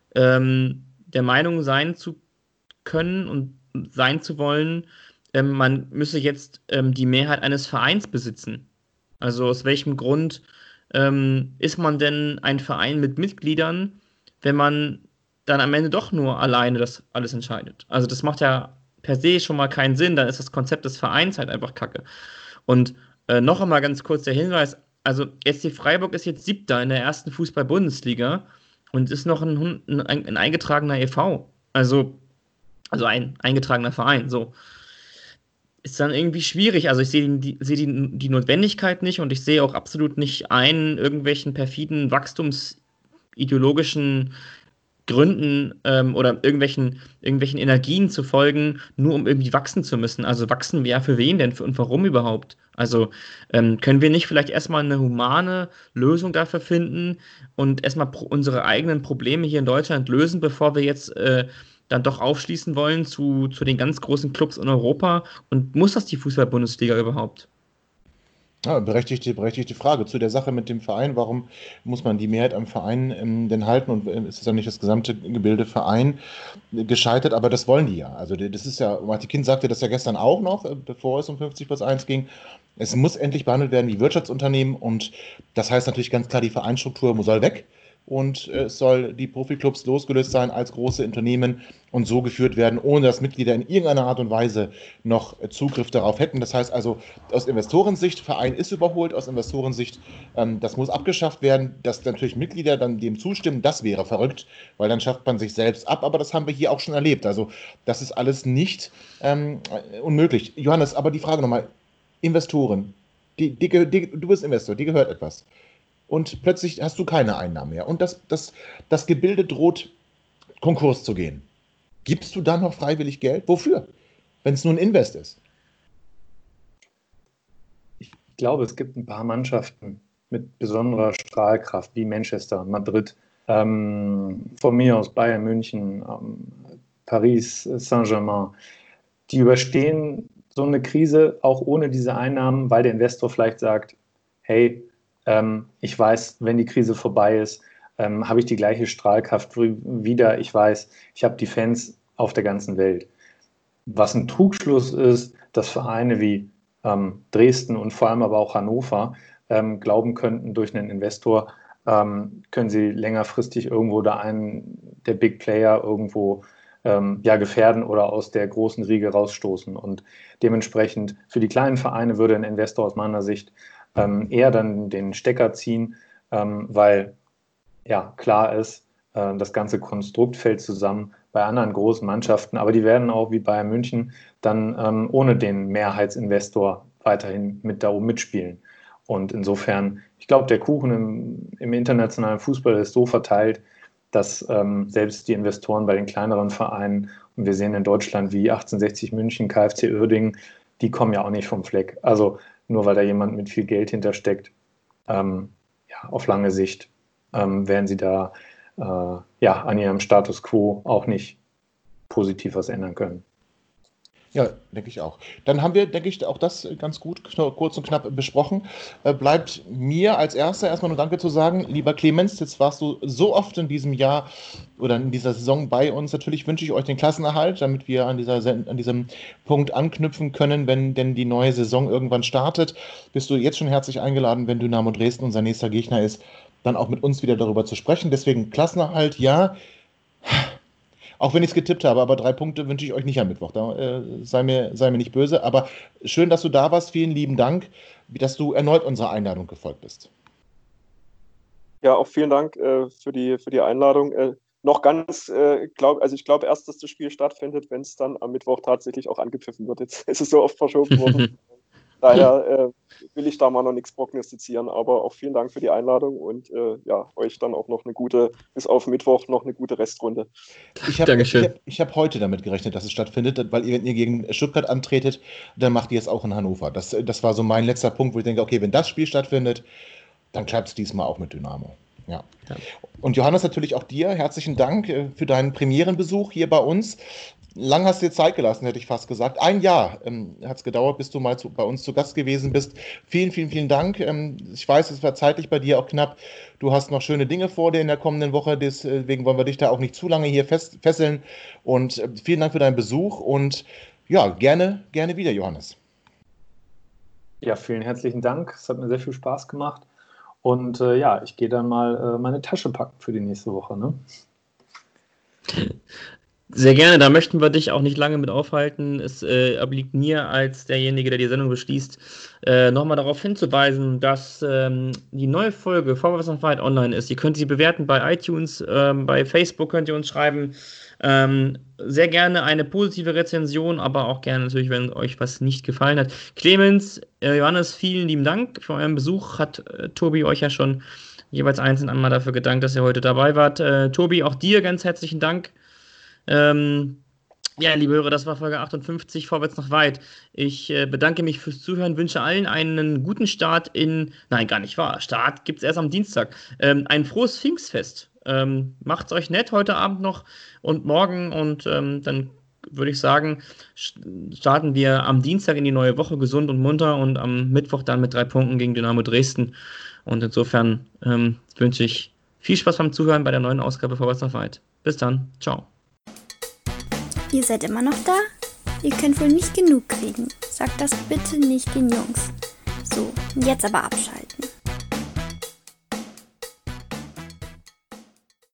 der Meinung sein zu können und sein zu wollen, man müsse jetzt die Mehrheit eines Vereins besitzen. Also aus welchem Grund ist man denn ein Verein mit Mitgliedern, wenn man dann am Ende doch nur alleine das alles entscheidet? Also das macht ja per se schon mal keinen Sinn, dann ist das Konzept des Vereins halt einfach Kacke. Und noch einmal ganz kurz der Hinweis, also SC Freiburg ist jetzt 7. in der ersten Fußball-Bundesliga und ist noch ein eingetragener e.V., also ein eingetragener Verein, so. Ist dann irgendwie schwierig. Also ich sehe die Notwendigkeit nicht und ich sehe auch absolut nicht ein, irgendwelchen perfiden wachstumsideologischen Gründen oder irgendwelchen Energien zu folgen, nur um irgendwie wachsen zu müssen. Also wachsen wir ja für wen denn und warum überhaupt? Also können wir nicht vielleicht erstmal eine humane Lösung dafür finden und erstmal unsere eigenen Probleme hier in Deutschland lösen, bevor wir jetzt dann doch aufschließen wollen zu den ganz großen Clubs in Europa? Und muss das die Fußball-Bundesliga überhaupt? Ja, berechtigte Frage zu der Sache mit dem Verein. Warum muss man die Mehrheit am Verein denn halten und ist es dann nicht das gesamte Gebilde Verein gescheitert? Aber das wollen die ja. Also das ist ja, Martin Kind sagte das ja gestern auch noch, bevor es um 50+1 ging. Es muss endlich behandelt werden wie Wirtschaftsunternehmen und das heißt natürlich ganz klar, die Vereinsstruktur soll weg. und es soll die Profiklubs losgelöst sein als große Unternehmen und so geführt werden, ohne dass Mitglieder in irgendeiner Art und Weise noch Zugriff darauf hätten. Das heißt also, aus Investorensicht, Verein ist überholt, aus Investorensicht, das muss abgeschafft werden, dass natürlich Mitglieder dann dem zustimmen, das wäre verrückt, weil dann schafft man sich selbst ab, aber das haben wir hier auch schon erlebt. Also das ist alles nicht unmöglich. Johannes, aber die Frage nochmal, Investoren, du bist Investor, dir gehört etwas. Und plötzlich hast du keine Einnahmen mehr. Und das Gebilde droht, Konkurs zu gehen. Gibst du dann noch freiwillig Geld? Wofür? Wenn es nur ein Invest ist. Ich glaube, es gibt ein paar Mannschaften mit besonderer Strahlkraft, wie Manchester, Madrid, von mir aus Bayern München, Paris Saint-Germain. Die überstehen so eine Krise auch ohne diese Einnahmen, weil der Investor vielleicht sagt, hey, ich weiß, wenn die Krise vorbei ist, habe ich die gleiche Strahlkraft wieder. Ich weiß, ich habe die Fans auf der ganzen Welt. Was ein Trugschluss ist, dass Vereine wie Dresden und vor allem aber auch Hannover glauben könnten, durch einen Investor können sie längerfristig irgendwo da einen der Big Player irgendwo gefährden oder aus der großen Riege rausstoßen. Und dementsprechend für die kleinen Vereine würde ein Investor aus meiner Sicht eher dann den Stecker ziehen, weil ja klar ist, das ganze Konstrukt fällt zusammen bei anderen großen Mannschaften, aber die werden auch wie Bayern München dann ohne den Mehrheitsinvestor weiterhin mit da oben mitspielen. Und insofern, ich glaube, der Kuchen im internationalen Fußball ist so verteilt, dass selbst die Investoren bei den kleineren Vereinen, und wir sehen in Deutschland wie 1860 München, KfC Uerdingen, die kommen ja auch nicht vom Fleck. Also nur weil da jemand mit viel Geld hintersteckt, auf lange Sicht werden sie da an ihrem Status quo auch nicht positiv was ändern können. Ja, denke ich auch. Dann haben wir, denke ich, auch das ganz gut, kurz und knapp besprochen. Bleibt mir als Erster erstmal nur Danke zu sagen. Lieber Clemens, jetzt warst du so oft in diesem Jahr oder in dieser Saison bei uns. Natürlich wünsche ich euch den Klassenerhalt, damit wir an diesem Punkt anknüpfen können, wenn denn die neue Saison irgendwann startet. Bist du jetzt schon herzlich eingeladen, wenn Dynamo Dresden unser nächster Gegner ist, dann auch mit uns wieder darüber zu sprechen. Deswegen Klassenerhalt, ja. Auch wenn ich es getippt habe, aber 3 Punkte wünsche ich euch nicht am Mittwoch. Da, sei mir nicht böse. Aber schön, dass du da warst. Vielen lieben Dank, dass du erneut unserer Einladung gefolgt bist. Ja, auch vielen Dank für die Einladung. Noch ganz, ich glaube erst, dass das Spiel stattfindet, wenn es dann am Mittwoch tatsächlich auch angepfiffen wird. Jetzt ist es so oft verschoben worden. Daher will ich da mal noch nichts prognostizieren, aber auch vielen Dank für die Einladung und euch dann auch noch bis auf Mittwoch noch eine gute Restrunde. Ich hab heute damit gerechnet, dass es stattfindet, weil wenn ihr gegen Stuttgart antretet, dann macht ihr es auch in Hannover. Das war so mein letzter Punkt, wo ich denke, okay, wenn das Spiel stattfindet, dann klappt es diesmal auch mit Dynamo. Ja. Und Johannes, natürlich auch dir herzlichen Dank für deinen Premierenbesuch hier bei uns. Lang hast du dir Zeit gelassen, hätte ich fast gesagt. 1 Jahr hat es gedauert, bis du mal bei uns zu Gast gewesen bist. Vielen, vielen, vielen Dank. Ich weiß, es war zeitlich bei dir auch knapp. Du hast noch schöne Dinge vor dir in der kommenden Woche, deswegen wollen wir dich da auch nicht zu lange hier fesseln. Und vielen Dank für deinen Besuch und ja, gerne wieder, Johannes. Ja, vielen herzlichen Dank. Es hat mir sehr viel Spaß gemacht. Und ich gehe dann mal meine Tasche packen für die nächste Woche. Ne? Sehr gerne, da möchten wir dich auch nicht lange mit aufhalten. Es obliegt mir als derjenige, der die Sendung beschließt, nochmal darauf hinzuweisen, dass die neue Folge Vorwärts nach Weit online ist. Ihr könnt sie bewerten bei iTunes, bei Facebook könnt ihr uns schreiben. Sehr gerne eine positive Rezension, aber auch gerne natürlich, wenn euch was nicht gefallen hat. Clemens, Johannes, vielen lieben Dank für euren Besuch. Hat Tobi euch ja schon jeweils einzeln einmal dafür gedankt, dass ihr heute dabei wart. Tobi, auch dir ganz herzlichen Dank. Liebe Hörer, das war Folge 58, Vorwärts nach Weit. Ich bedanke mich fürs Zuhören, wünsche allen einen guten Start nein, gar nicht wahr, Start gibt es erst am Dienstag. Ein frohes Pfingstfest. Macht's euch nett heute Abend noch und morgen und dann würde ich sagen, starten wir am Dienstag in die neue Woche gesund und munter und am Mittwoch dann mit 3 Punkten gegen Dynamo Dresden. Und insofern wünsche ich viel Spaß beim Zuhören bei der neuen Ausgabe Vorwärts nach Weit. Bis dann, ciao. Ihr seid immer noch da? Ihr könnt wohl nicht genug kriegen. Sagt das bitte nicht den Jungs. So, jetzt aber abschalten.